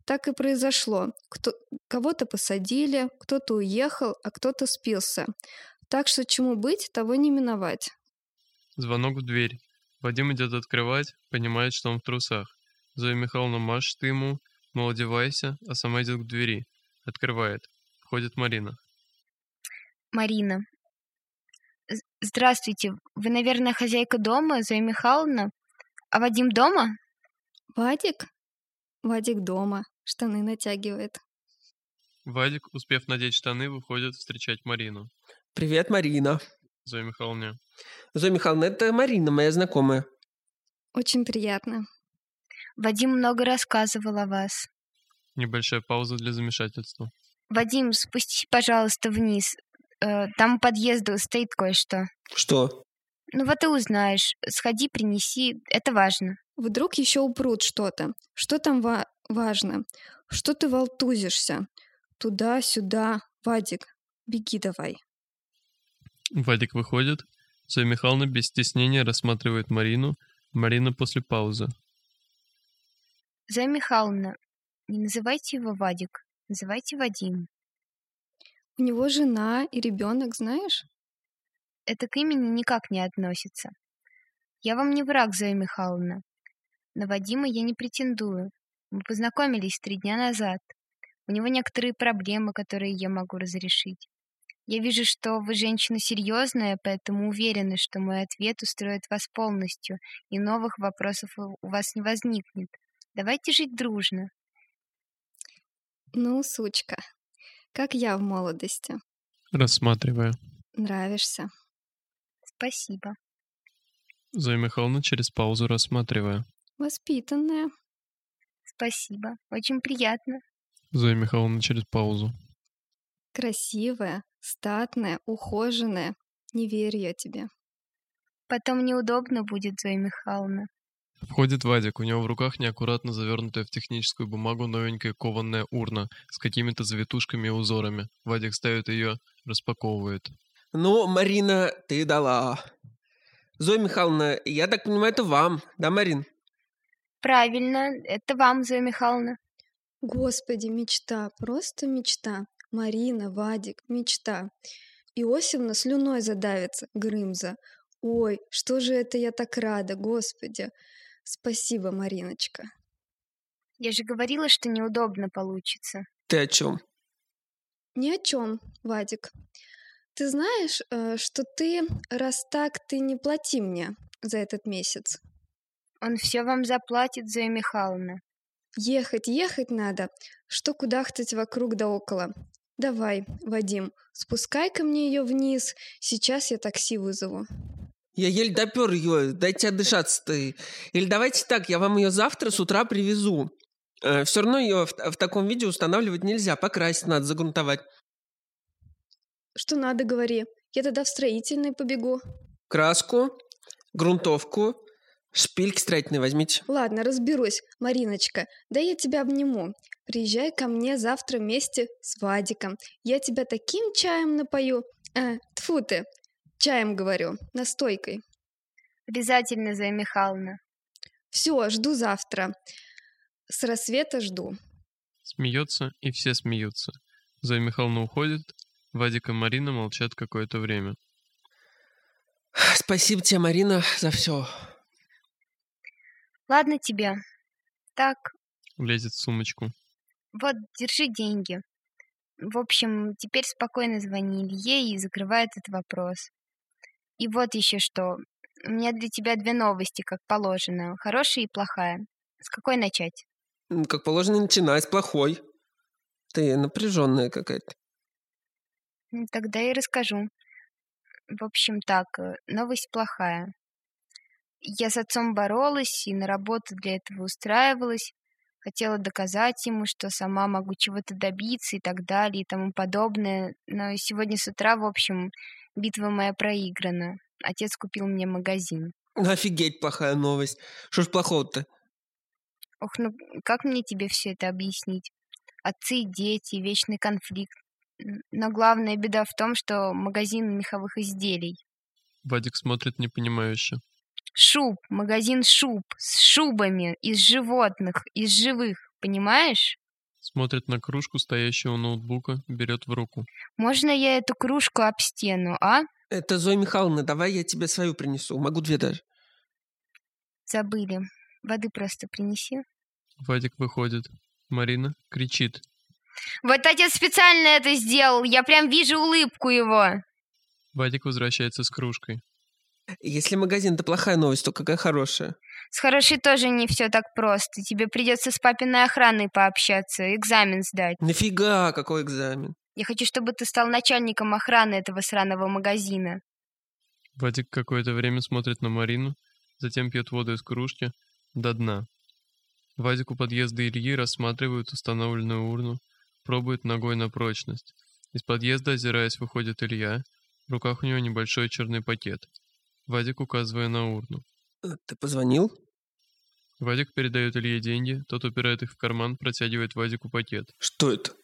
Так и произошло. Кого-то посадили, кто-то уехал, а кто-то спился. Так что чему быть, того не миновать. Звонок в дверь. Вадим идет открывать, понимает, что он в трусах. Зоя Михайловна машет ему, мол, одевайся, а сама идет к двери. Открывает. Входит Марина. Марина. Здравствуйте. Вы, наверное, хозяйка дома, Зоя Михайловна? А Вадим дома? Вадик? Вадик дома. Штаны натягивает. Вадик, успев надеть штаны, выходит встречать Марину. Привет, Марина. Зоя Михайловна. Зоя Михайловна, это Марина, моя знакомая. Очень приятно. Вадим много рассказывал о вас. Небольшая пауза для замешательства. Вадим, спустись, пожалуйста, вниз. Там у подъезда стоит кое-что. Что? Ну вот и узнаешь. Сходи, принеси. Это важно. Вдруг еще упрут что-то. Что там важно? Что ты волтузишься? Туда-сюда. Вадик, беги давай. Вадик выходит. Зоя Михайловна без стеснения рассматривает Марину. Марина после паузы. Зоя Михайловна, не называйте его Вадик. Называйте Вадим. У него жена и ребенок, знаешь? Это к имени никак не относится. Я вам не враг, Зоя Михайловна. На Вадима я не претендую. Мы познакомились 3 дня назад. У него некоторые проблемы, которые я могу разрешить. Я вижу, что вы женщина серьезная, поэтому уверена, что мой ответ устроит вас полностью, и новых вопросов у вас не возникнет. Давайте жить дружно. Ну, сучка, как я в молодости. Рассматривая. Нравишься. Спасибо. Зоя Михайловна через паузу рассматривая. Воспитанная. Спасибо. Очень приятно. Зоя Михайловна через паузу. Красивая, статная, ухоженная. Не верю я тебе. Потом неудобно будет, Зоя Михайловна. Входит Вадик, у него в руках неаккуратно завернутая в техническую бумагу новенькая кованная урна с какими-то завитушками и узорами. Вадик ставит ее, распаковывает. Ну, Марина, ты дала. Зоя Михайловна, я так понимаю, это вам, да, Марин? Правильно, это вам, Зоя Михайловна. Господи, мечта, просто мечта. Марина, Вадик, мечта. Иосифна слюной задавится, Грымза. Ой, что же это я так рада, Господи. Спасибо, Мариночка. Я же говорила, что неудобно получится. Ты о чем? Ни о чем, Вадик. Ты знаешь, что ты, раз так, ты не плати мне за этот месяц. Он все вам заплатит, Зоя Михайловна. Ехать надо, что кудахтать вокруг да около. Давай, Вадим, спускай ко мне ее вниз, сейчас я такси вызову. Я еле допер ее, дайте отдышаться-то. Или давайте так, я вам ее завтра с утра привезу. Все равно ее в таком виде устанавливать нельзя, покрасить надо, загрунтовать. Что надо, говори. Я тогда в строительный побегу. Краску, грунтовку, шпильки строительные возьмите. Ладно, разберусь, Мариночка. Да я тебя обниму. Приезжай ко мне завтра вместе с Вадиком. Я тебя таким чаем напою. Тьфу ты. Чаем, говорю, настойкой. Обязательно, Зоя Михайловна. Все, жду завтра. С рассвета жду. Смеется, и все смеются. Зоя Михайловна уходит. Вадик и Марина молчат какое-то время. Спасибо тебе, Марина, за все. Ладно тебе. Так. Лезет в сумочку. Вот, держи деньги. В общем, теперь спокойно звони Илье и закрывай этот вопрос. И вот еще что. У меня для тебя 2 новости, как положено. Хорошая и плохая. С какой начать? Как положено, начинай с плохой. Ты напряженная какая-то. Тогда и расскажу. В общем, так, новость плохая. Я с отцом боролась и на работу для этого устраивалась. Хотела доказать ему, что сама могу чего-то добиться и так далее и тому подобное. Но сегодня с утра, в общем, битва моя проиграна. Отец купил мне магазин. Офигеть, плохая новость. Что ж плохого-то? Ох, ну как мне тебе все это объяснить? Отцы и дети, вечный конфликт. Но главная беда в том, что магазин меховых изделий. Вадик смотрит непонимающе. Шуб, магазин шуб, с шубами, из животных, из живых, понимаешь? Смотрит на кружку, стоящую у ноутбука, берет в руку. Можно я эту кружку об стену, а? Это Зоя Михайловна, давай я тебе свою принесу. Могу 2 даже. Забыли. Воды просто принеси. Вадик выходит. Марина кричит. Вот отец специально это сделал. Я прям вижу улыбку его. Вадик возвращается с кружкой. Если магазин — это плохая новость, то какая хорошая? С хорошей тоже не все так просто. Тебе придется с папиной охраной пообщаться, экзамен сдать. Нафига, какой экзамен? Я хочу, чтобы ты стал начальником охраны этого сраного магазина. Вадик какое-то время смотрит на Марину, затем пьет воду из кружки до дна. Вадик у подъезда Ильи рассматривает установленную урну, пробует ногой на прочность. Из подъезда, озираясь, выходит Илья. В руках у него небольшой черный пакет. Вадик указывая на урну. Ты позвонил? Вадик передает Илье деньги, тот упирает их в карман, протягивает Вадику пакет. Что это?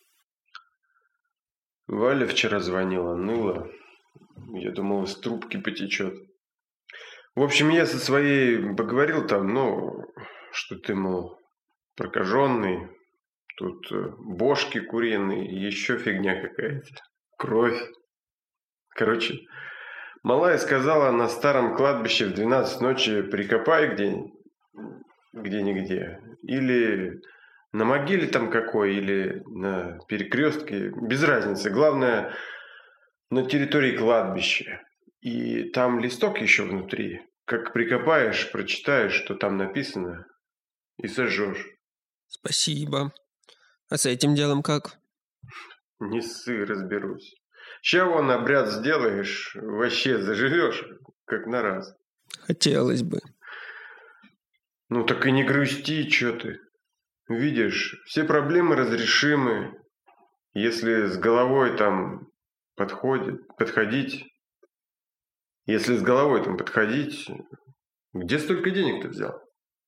Валя вчера звонила, ныла. Я думал, из трубки потечет. В общем, я со своей поговорил там, что ты, мол, прокаженный, тут бошки куриные, еще фигня какая-то, кровь. Короче, малая сказала, на старом кладбище в 12 ночи прикопай где-нигде. Или на могиле там какой, или на перекрестке. Без разницы. Главное, на территории кладбища. И там листок еще внутри. Как прикопаешь, прочитаешь, что там написано, и сожжешь. Спасибо. А с этим делом как? Не ссы, разберусь. Ща вон обряд сделаешь, вообще заживешь, как на раз. Хотелось бы. Ну так и не грусти, чё ты. Видишь, все проблемы разрешимы, если с головой там подходить. Если с головой там подходить, где столько денег ты взял?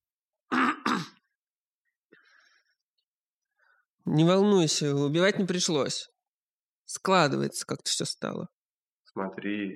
Не волнуйся, убивать не пришлось. Складывается как-то все стало. Смотри,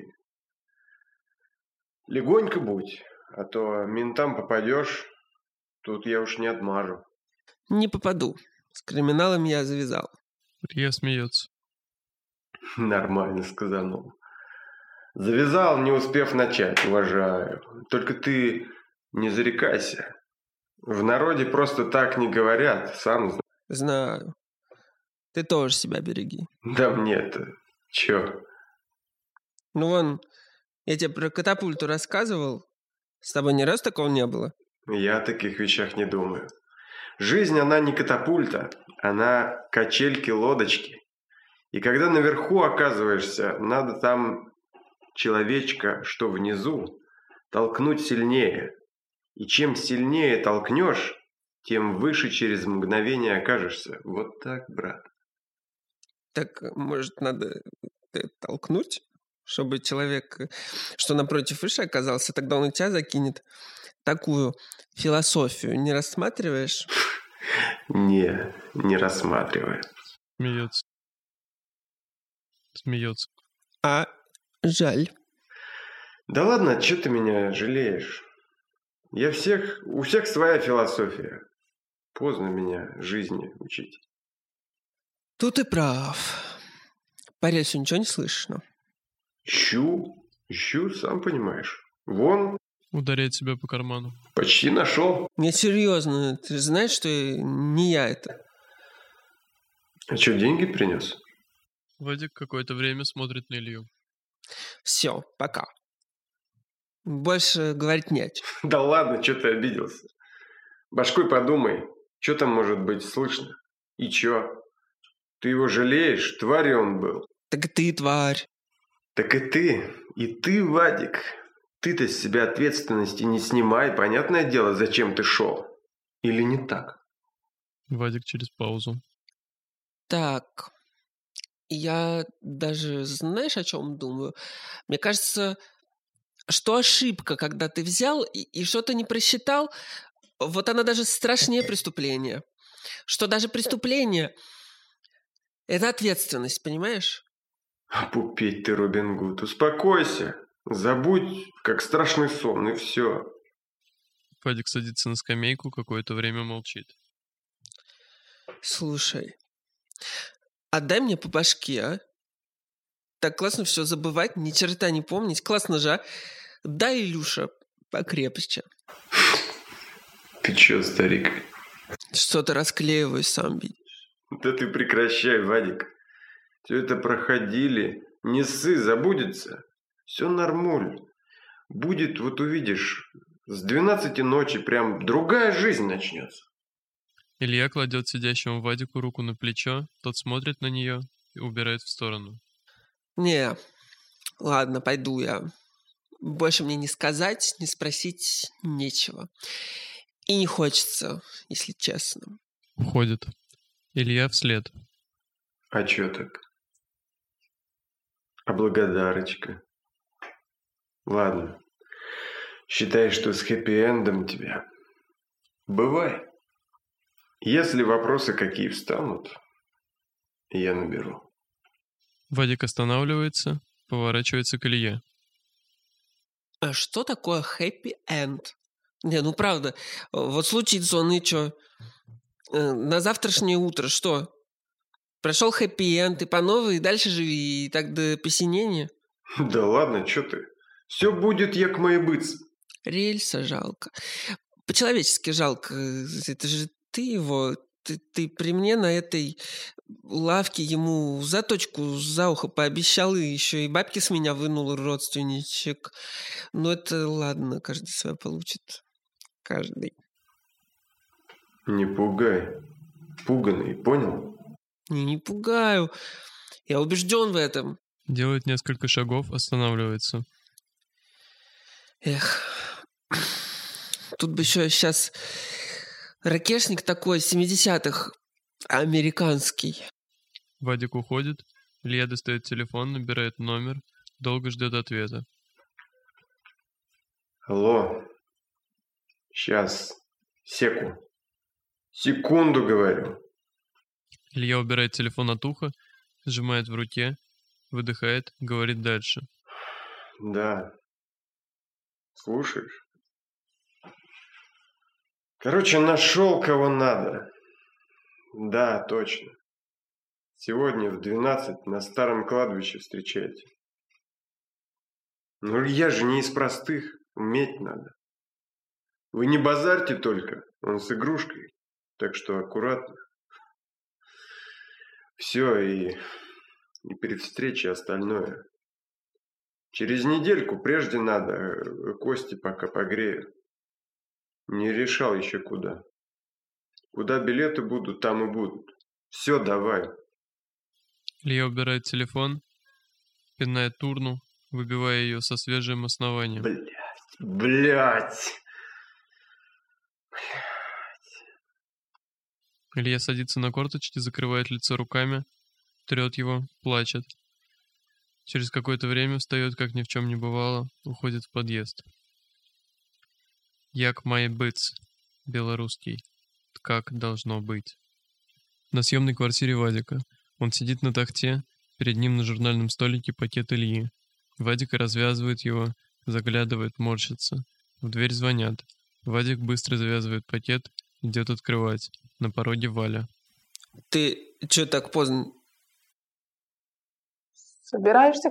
легонько будь, а то ментам попадешь, тут я уж не отмажу. Не попаду. С криминалом я завязал. Илья смеется. Нормально сказанул. Завязал, не успев начать, уважаю. Только ты не зарекайся. В народе просто так не говорят, сам знаешь. Знаю. Ты тоже себя береги. Да мне-то чё? Ну вон, я тебе про катапульту рассказывал. С тобой ни разу такого не было? Я о таких вещах не думаю. Жизнь, она не катапульта, она качельки-лодочки. И когда наверху оказываешься, надо там человечка, что внизу, толкнуть сильнее. И чем сильнее толкнешь, тем выше через мгновение окажешься. Вот так, брат. Так, может, надо толкнуть, чтобы человек, что напротив выше оказался, тогда он и тебя закинет. Такую философию не рассматриваешь? Не рассматриваю. Смеется. А жаль. Да ладно, что ты меня жалеешь? У всех своя философия. Поздно меня жизни учить. Тут и прав. По рельсу ничего не слышно. Ищу, сам понимаешь. Вон. Ударяет себя по карману. Почти нашел. Не, серьезно, ты же знаешь, что не я это. А что, деньги принес? Вадик какое-то время смотрит на Илью. Все, пока. Больше говорить не о чем. Да ладно, что ты обиделся? Башкой подумай, что там может быть слышно? И чё? Ты его жалеешь? Тварью он был. Так и ты, тварь. Так и ты, Вадик. Ты-то с себя ответственности не снимай. Понятное дело, зачем ты шел. Или не так? Вадик через паузу. Так, я даже, знаешь, о чем думаю? Мне кажется, что ошибка, когда ты взял и что-то не просчитал, вот она даже страшнее преступления. Что даже преступление – это ответственность, понимаешь? Опупеть ты, Робин Гуд. Успокойся. Забудь, как страшный сон, и все. Вадик садится на скамейку, какое-то время молчит. Слушай, отдай мне по башке, а? Так классно все забывать, ни черта не помнить. Классно же, а? Дай, Илюша, покрепче. Ты чё, старик? Что-то расклеиваюсь, сам видишь. Да ты прекращай, Вадик. Все это проходили. Не ссы, забудется. Все нормуль. Будет, вот увидишь, с 12 ночи прям другая жизнь начнется. Илья кладет сидящему Вадику руку на плечо, тот смотрит на нее и убирает в сторону. Не, ладно, пойду я. Больше мне не сказать, не спросить нечего. И не хочется, если честно. Уходит. Илья вслед. А чё так? А благодарочка? Ладно. Считай, что с хэппи-эндом тебя. Бывай. Если вопросы какие встанут, я наберу. Вадик останавливается, поворачивается к Илье. А что такое хэппи-энд? Не, ну правда, вот случится он и чё? На завтрашнее утро что? Прошел хэппи-энд, и по новой, и дальше живи, и так до посинения? Да ладно, чё ты? Все будет, як мае быць. Рельса жалко. По-человечески жалко. Это же ты его... Ты при мне на этой лавке ему заточку за ухо пообещал, и еще и бабки с меня вынул родственничек. Но это ладно, каждый свое получит. Каждый. Не пугай. Пуганый, понял? Не пугаю. Я убежден в этом. Делает несколько шагов, останавливается. Эх. Тут бы еще сейчас ракешник такой 70-х, американский. Вадик уходит, Илья достает телефон, набирает номер, долго ждет ответа. Алло. Сейчас. Секунду, говорю. Илья убирает телефон от уха, сжимает в руке, выдыхает, говорит дальше. Да. Слушаешь? Короче, нашел кого надо. Да, точно. Сегодня в 12 на старом кладбище встречайте. Ну, я же не из простых. Уметь надо. Вы не базарьте только. Он с игрушкой. Так что аккуратно. Все, и перед встречей остальное. Через недельку прежде надо. Кости пока погрею. Не решал еще куда. Куда билеты будут, там и будут. Все, давай. Илья убирает телефон, пинает урну, выбивая ее со свежим основанием. Блять. Илья садится на корточки, закрывает лицо руками, трет его, плачет. Через какое-то время встает, как ни в чем не бывало, уходит в подъезд. Як мае быць, белорусский. Как должно быть. На съемной квартире Вадика. Он сидит на тахте, перед ним на журнальном столике пакет Ильи. Вадика развязывает его, заглядывает, морщится. В дверь звонят. Вадик быстро завязывает пакет, идет открывать. На пороге Валя. Ты что так поздно? Собираешься?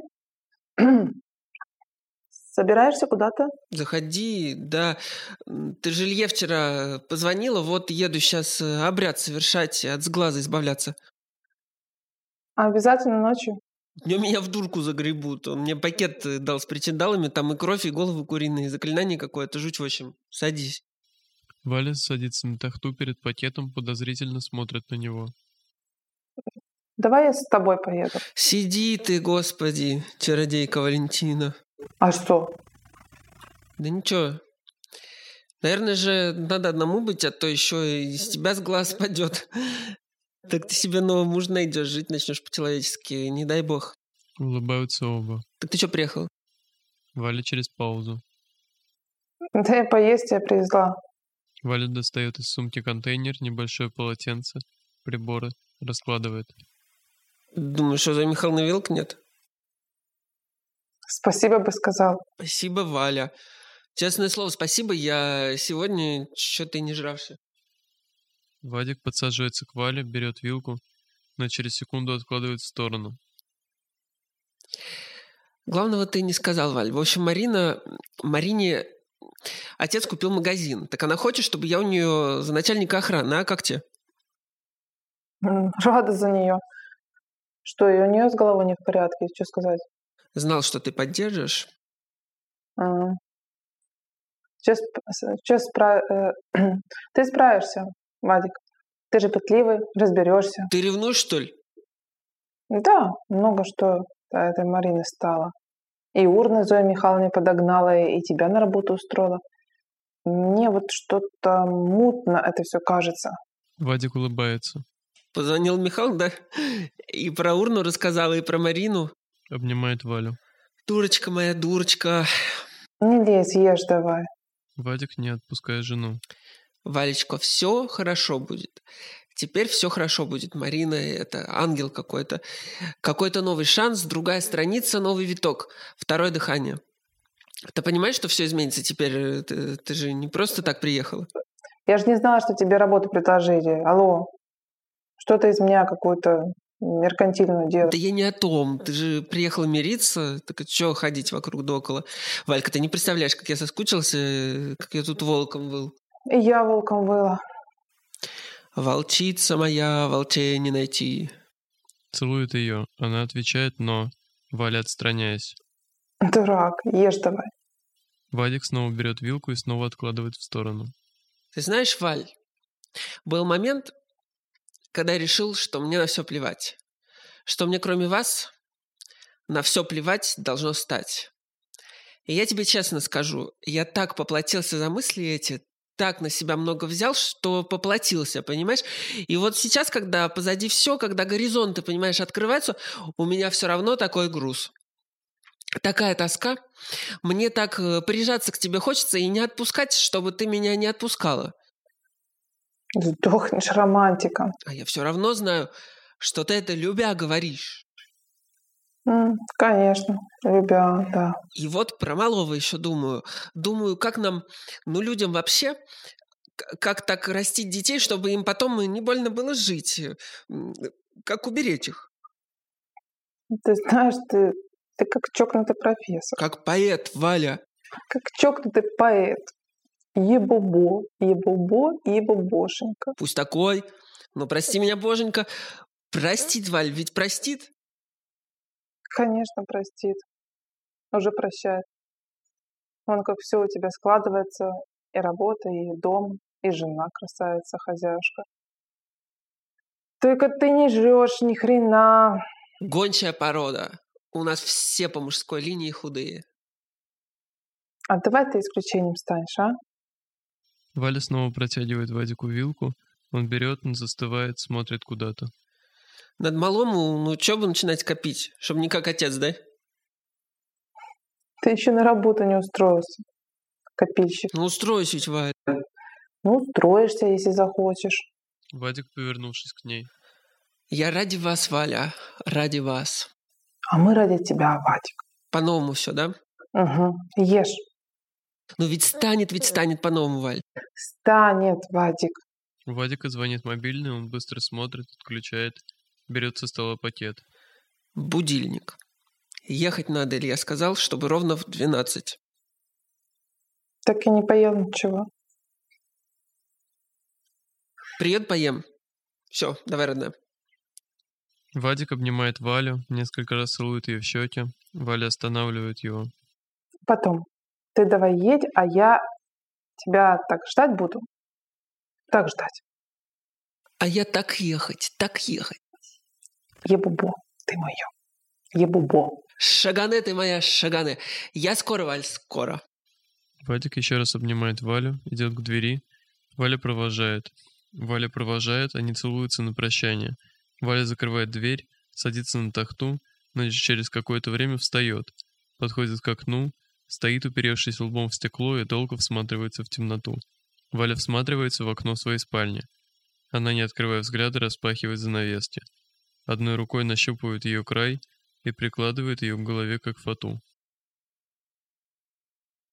Собираешься куда-то? Заходи, да. Ты же Илье вчера позвонила, вот еду сейчас обряд совершать, от сглаза избавляться. А обязательно ночью? Днем меня в дурку загребут. Он мне пакет дал с причиндалами, там и кровь, и головы куриные, и заклинание какое-то, жуть в общем. Садись. Валя садится на тахту перед пакетом, подозрительно смотрит на него. Давай я с тобой поеду. Сиди ты, господи, чародейка Валентина. А что? Да ничего. Наверное же надо одному быть, а то еще и с тебя с глаз падет. Так ты себе нового мужа найдешь, жить начнешь по-человечески, не дай бог. Улыбаются оба. Так ты что приехал? Валя через паузу. Да я поесть я привезла. Валя достает из сумки контейнер, небольшое полотенце, приборы, раскладывает. Думаешь, что за Михаил вилок нет? Спасибо бы сказал. Спасибо, Валя. Честное слово, спасибо, я сегодня что-то и не жравший. Вадик подсаживается к Вале, берет вилку, но через секунду откладывает в сторону. Главного ты не сказал, Валь. В общем, Марине отец купил магазин. Так она хочет, чтобы я у нее за начальника охраны, а как тебе? Рада за нее. Что, и у нее с головой не в порядке, что сказать? Знал, что ты поддержишь. Ага. Ты справишься, Вадик. Ты же пытливый, разберешься. Ты ревнуешь, что ли? Да, много что до этой Марины стало. И урны Зоя Михайловна подогнала, и тебя на работу устроила. Мне вот что-то мутно это все кажется. Вадик улыбается. Позвонил Михаил, да? И про урну рассказала, и про Марину. Обнимает Валю. Дурочка моя, дурочка. Не лезь, ешь давай. Вадик не отпускает жену. Валечка, все хорошо будет. Теперь все хорошо будет. Марина – это ангел какой-то. Какой-то новый шанс, другая страница, новый виток. Второе дыхание. Ты понимаешь, что все изменится теперь? Ты же не просто так приехала. Я же не знала, что тебе работу предложили. Алло. Что ты из меня какую-то меркантильную делаешь? Да я не о том. Ты же приехала мириться. Так что ходить вокруг да около? Валька, ты не представляешь, как я соскучился, как я тут волком был. И я волком выла. Волчица моя, волчей не найти. Целует ее. Она отвечает «но». Валя отстраняясь. Дурак, ешь давай. Вадик снова берет вилку и снова откладывает в сторону. Ты знаешь, Валь, был момент, когда я решил, что мне на все плевать. Что мне, кроме вас, на все плевать должно стать. И я тебе честно скажу, я так поплатился за мысли эти, так на себя много взял, что поплатился, понимаешь? И вот сейчас, когда позади все, когда горизонты, понимаешь, открываются, у меня все равно такой груз. Такая тоска. Мне так прижаться к тебе хочется и не отпускать, чтобы ты меня не отпускала. Сдохнешь, романтика. А я все равно знаю, что ты это любя говоришь. Конечно, любя, да. И вот про малого еще думаю. Думаю, как нам, людям вообще, как так растить детей, чтобы им потом не больно было жить. Как уберечь их. Ты знаешь, ты как чокнутый профессор. Как поэт, Валя. Как чокнутый поэт. Ебобо, ебобо, ебобошенька. Пусть такой. Но прости меня, боженька. Простит, Валь, ведь простит? Конечно, простит. Уже прощает. Вон как все у тебя складывается. И работа, и дом, и жена красавица, хозяюшка. Только ты не жрешь ни хрена. Гончая порода. У нас все по мужской линии худые. А давай ты исключением станешь, а? Валя снова протягивает Вадику вилку. Он берет, он застывает, смотрит куда-то. Над малому, что бы начинать копить? Чтобы не как отец, да? Ты еще на работу не устроился, копильщик. Ну, устроюсь ведь, Валя. Ну, устроишься, если захочешь. Вадик, повернувшись к ней. Я ради вас, Валя, ради вас. А мы ради тебя, Вадик. По-новому все, да? Угу. Ешь. Ну ведь станет по-новому, Валь. Станет, Вадик. У Вадика звонит мобильный, он быстро смотрит, отключает, берет со стола пакет. Будильник. Ехать надо, Илья сказал, чтобы ровно в 12. Так и не поел ничего. Приеду, поем. Все, давай, родная. Вадик обнимает Валю, несколько раз целует ее в щеки. Валя останавливает его. Потом. Ты давай едь, а я тебя так ждать буду. Так ждать. А я так ехать, так ехать. Ебубо, ты моё. Ебубо. Шагане ты моя, шагане. Я скоро, Валь, скоро. Вадик еще раз обнимает Валю, идет к двери. Валя провожает. Они целуются на прощание. Валя закрывает дверь, садится на тахту, но через какое-то время встает, подходит к окну, стоит, уперевшись лбом в стекло, и долго всматривается в темноту. Валя всматривается в окно своей спальни. Она, не открывая взгляда, распахивает занавески. Одной рукой нащупывает ее край и прикладывает ее к голове, как фату.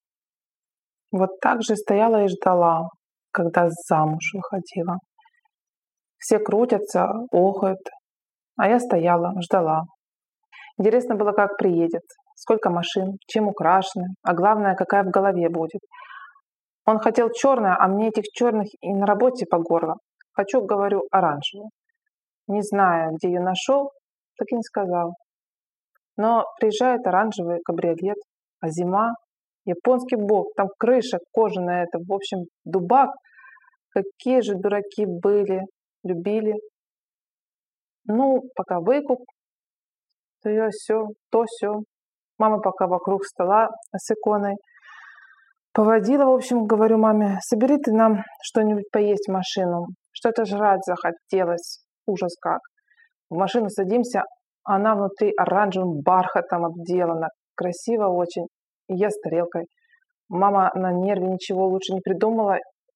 Вот так же стояла и ждала, когда замуж выходила. Все крутятся, охают. А я стояла, ждала. Интересно было, как приедет, сколько машин, чем украшены, а главное, какая в голове будет. Он хотел черное, а мне этих черных и на работе по горло. Хочу, говорю, оранжевую. Не знаю, где ее нашел, так и не сказал. Но приезжает оранжевый кабриолет, а зима, японский бог, там крыша кожаная, это, в общем, дубак. Какие же дураки были, любили. Ну, пока выкуп, то все, то все. Мама пока вокруг стола с иконой поводила, в общем, говорю маме, собери ты нам что-нибудь поесть в машину. Что-то жрать захотелось. Ужас как. В машину садимся, она внутри оранжевым бархатом обделана. Красиво очень. И я с тарелкой. Мама на нерве ничего лучше не придумала.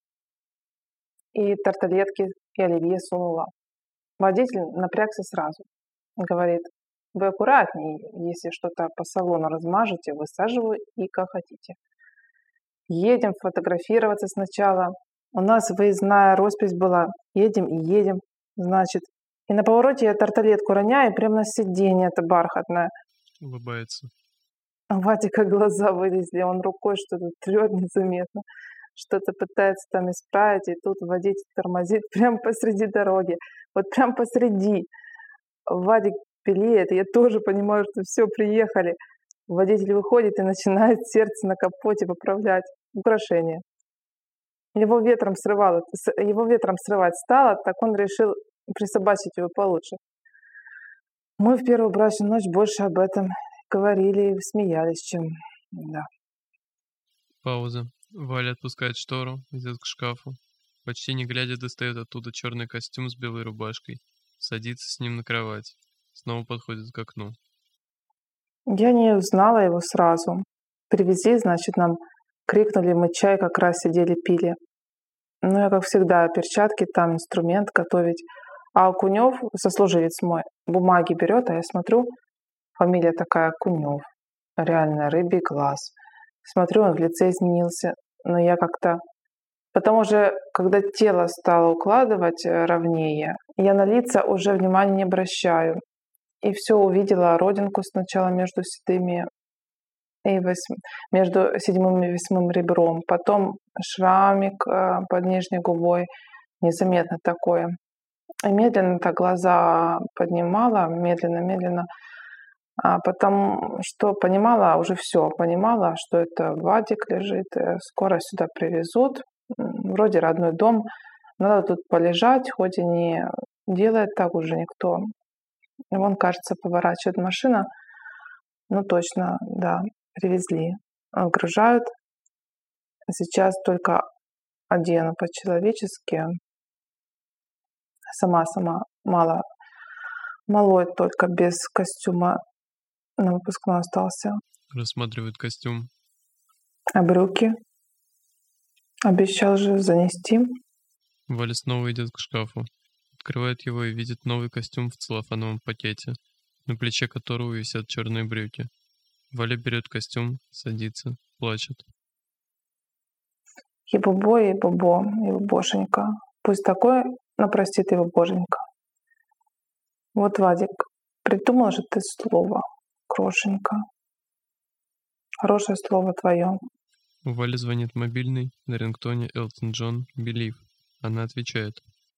И тарталетки, и оливье сунула. Водитель напрягся сразу. Говорит, вы аккуратнее, если что-то по салону размажете, высаживаю и как хотите. Едем фотографироваться сначала. У нас выездная роспись была. Едем и едем, значит. И на повороте я тарталетку роняю, прямо на сиденье это бархатное. Улыбается. А Вадика глаза вылезли, он рукой что-то трет незаметно. Что-то пытается там исправить, и тут водитель тормозит прямо посреди дороги. Вот прям посреди. Вадик белеет, я тоже понимаю, что все, приехали. Водитель выходит и начинает сердце на капоте поправлять. Украшение. Его ветром срывать стало, так он решил присобачить его получше. Мы в первую брачную ночь больше об этом говорили и смеялись, чем... Да. Пауза. Валя отпускает штору, идет к шкафу. Почти не глядя достает оттуда черный костюм с белой рубашкой. Садится с ним на кровать. Снова подходит к окну. Я не узнала его сразу. Привези, значит, нам крикнули, мы чай как раз сидели пили. Ну, я, как всегда, перчатки, там инструмент готовить. А Окунев, сослуживец мой, бумаги берет, а я смотрю, фамилия такая Кунев. Реально, рыбий глаз. Смотрю, он в лице изменился, но я как-то... Потому что, когда тело стало укладывать ровнее, я на лица уже внимания не обращаю. И все увидела родинку сначала между седыми и между седьмым и восьмым ребром. Потом шрамик под нижней губой, незаметно такое. И медленно так глаза поднимала, медленно. А потом, что понимала, уже все понимала, что это Вадик лежит, скоро сюда привезут. Вроде родной дом, надо тут полежать, хоть и не делает так уже никто. Вон, кажется, поворачивает машина. Ну, точно, да, привезли. Выгружают. Сейчас только одену по-человечески. Сама малой только без костюма на выпускной остался. Рассматривает костюм. А брюки? Обещал же занести. Валя снова идет к шкафу. Открывает его и видит новый костюм в целлофановом пакете, на плече которого висят черные брюки. Валя берет костюм, садится, плачет. И бобошенька. Пусть такое, но простит его боженька. Вот, Вадик, придумал же ты слово, крошенька. Хорошее слово твое. У Вали звонит мобильный, на рингтоне Элтон Джон «Believe». Она отвечает.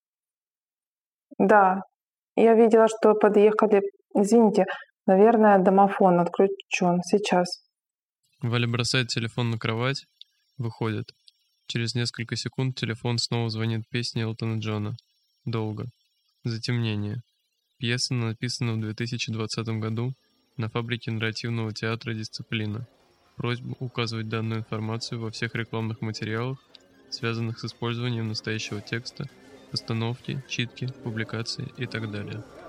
Да, я видела, что подъехали. Извините, наверное, домофон отключен. Сейчас. Валя бросает телефон на кровать, выходит. Через несколько секунд телефон снова звонит песня Элтона Джона. Долго. Затемнение. Пьеса написана в 2020 году на фабрике нарративного театра «Дисциплина». Просьба указывать данную информацию во всех рекламных материалах, связанных с использованием настоящего текста, постановки, читки, публикации и так далее.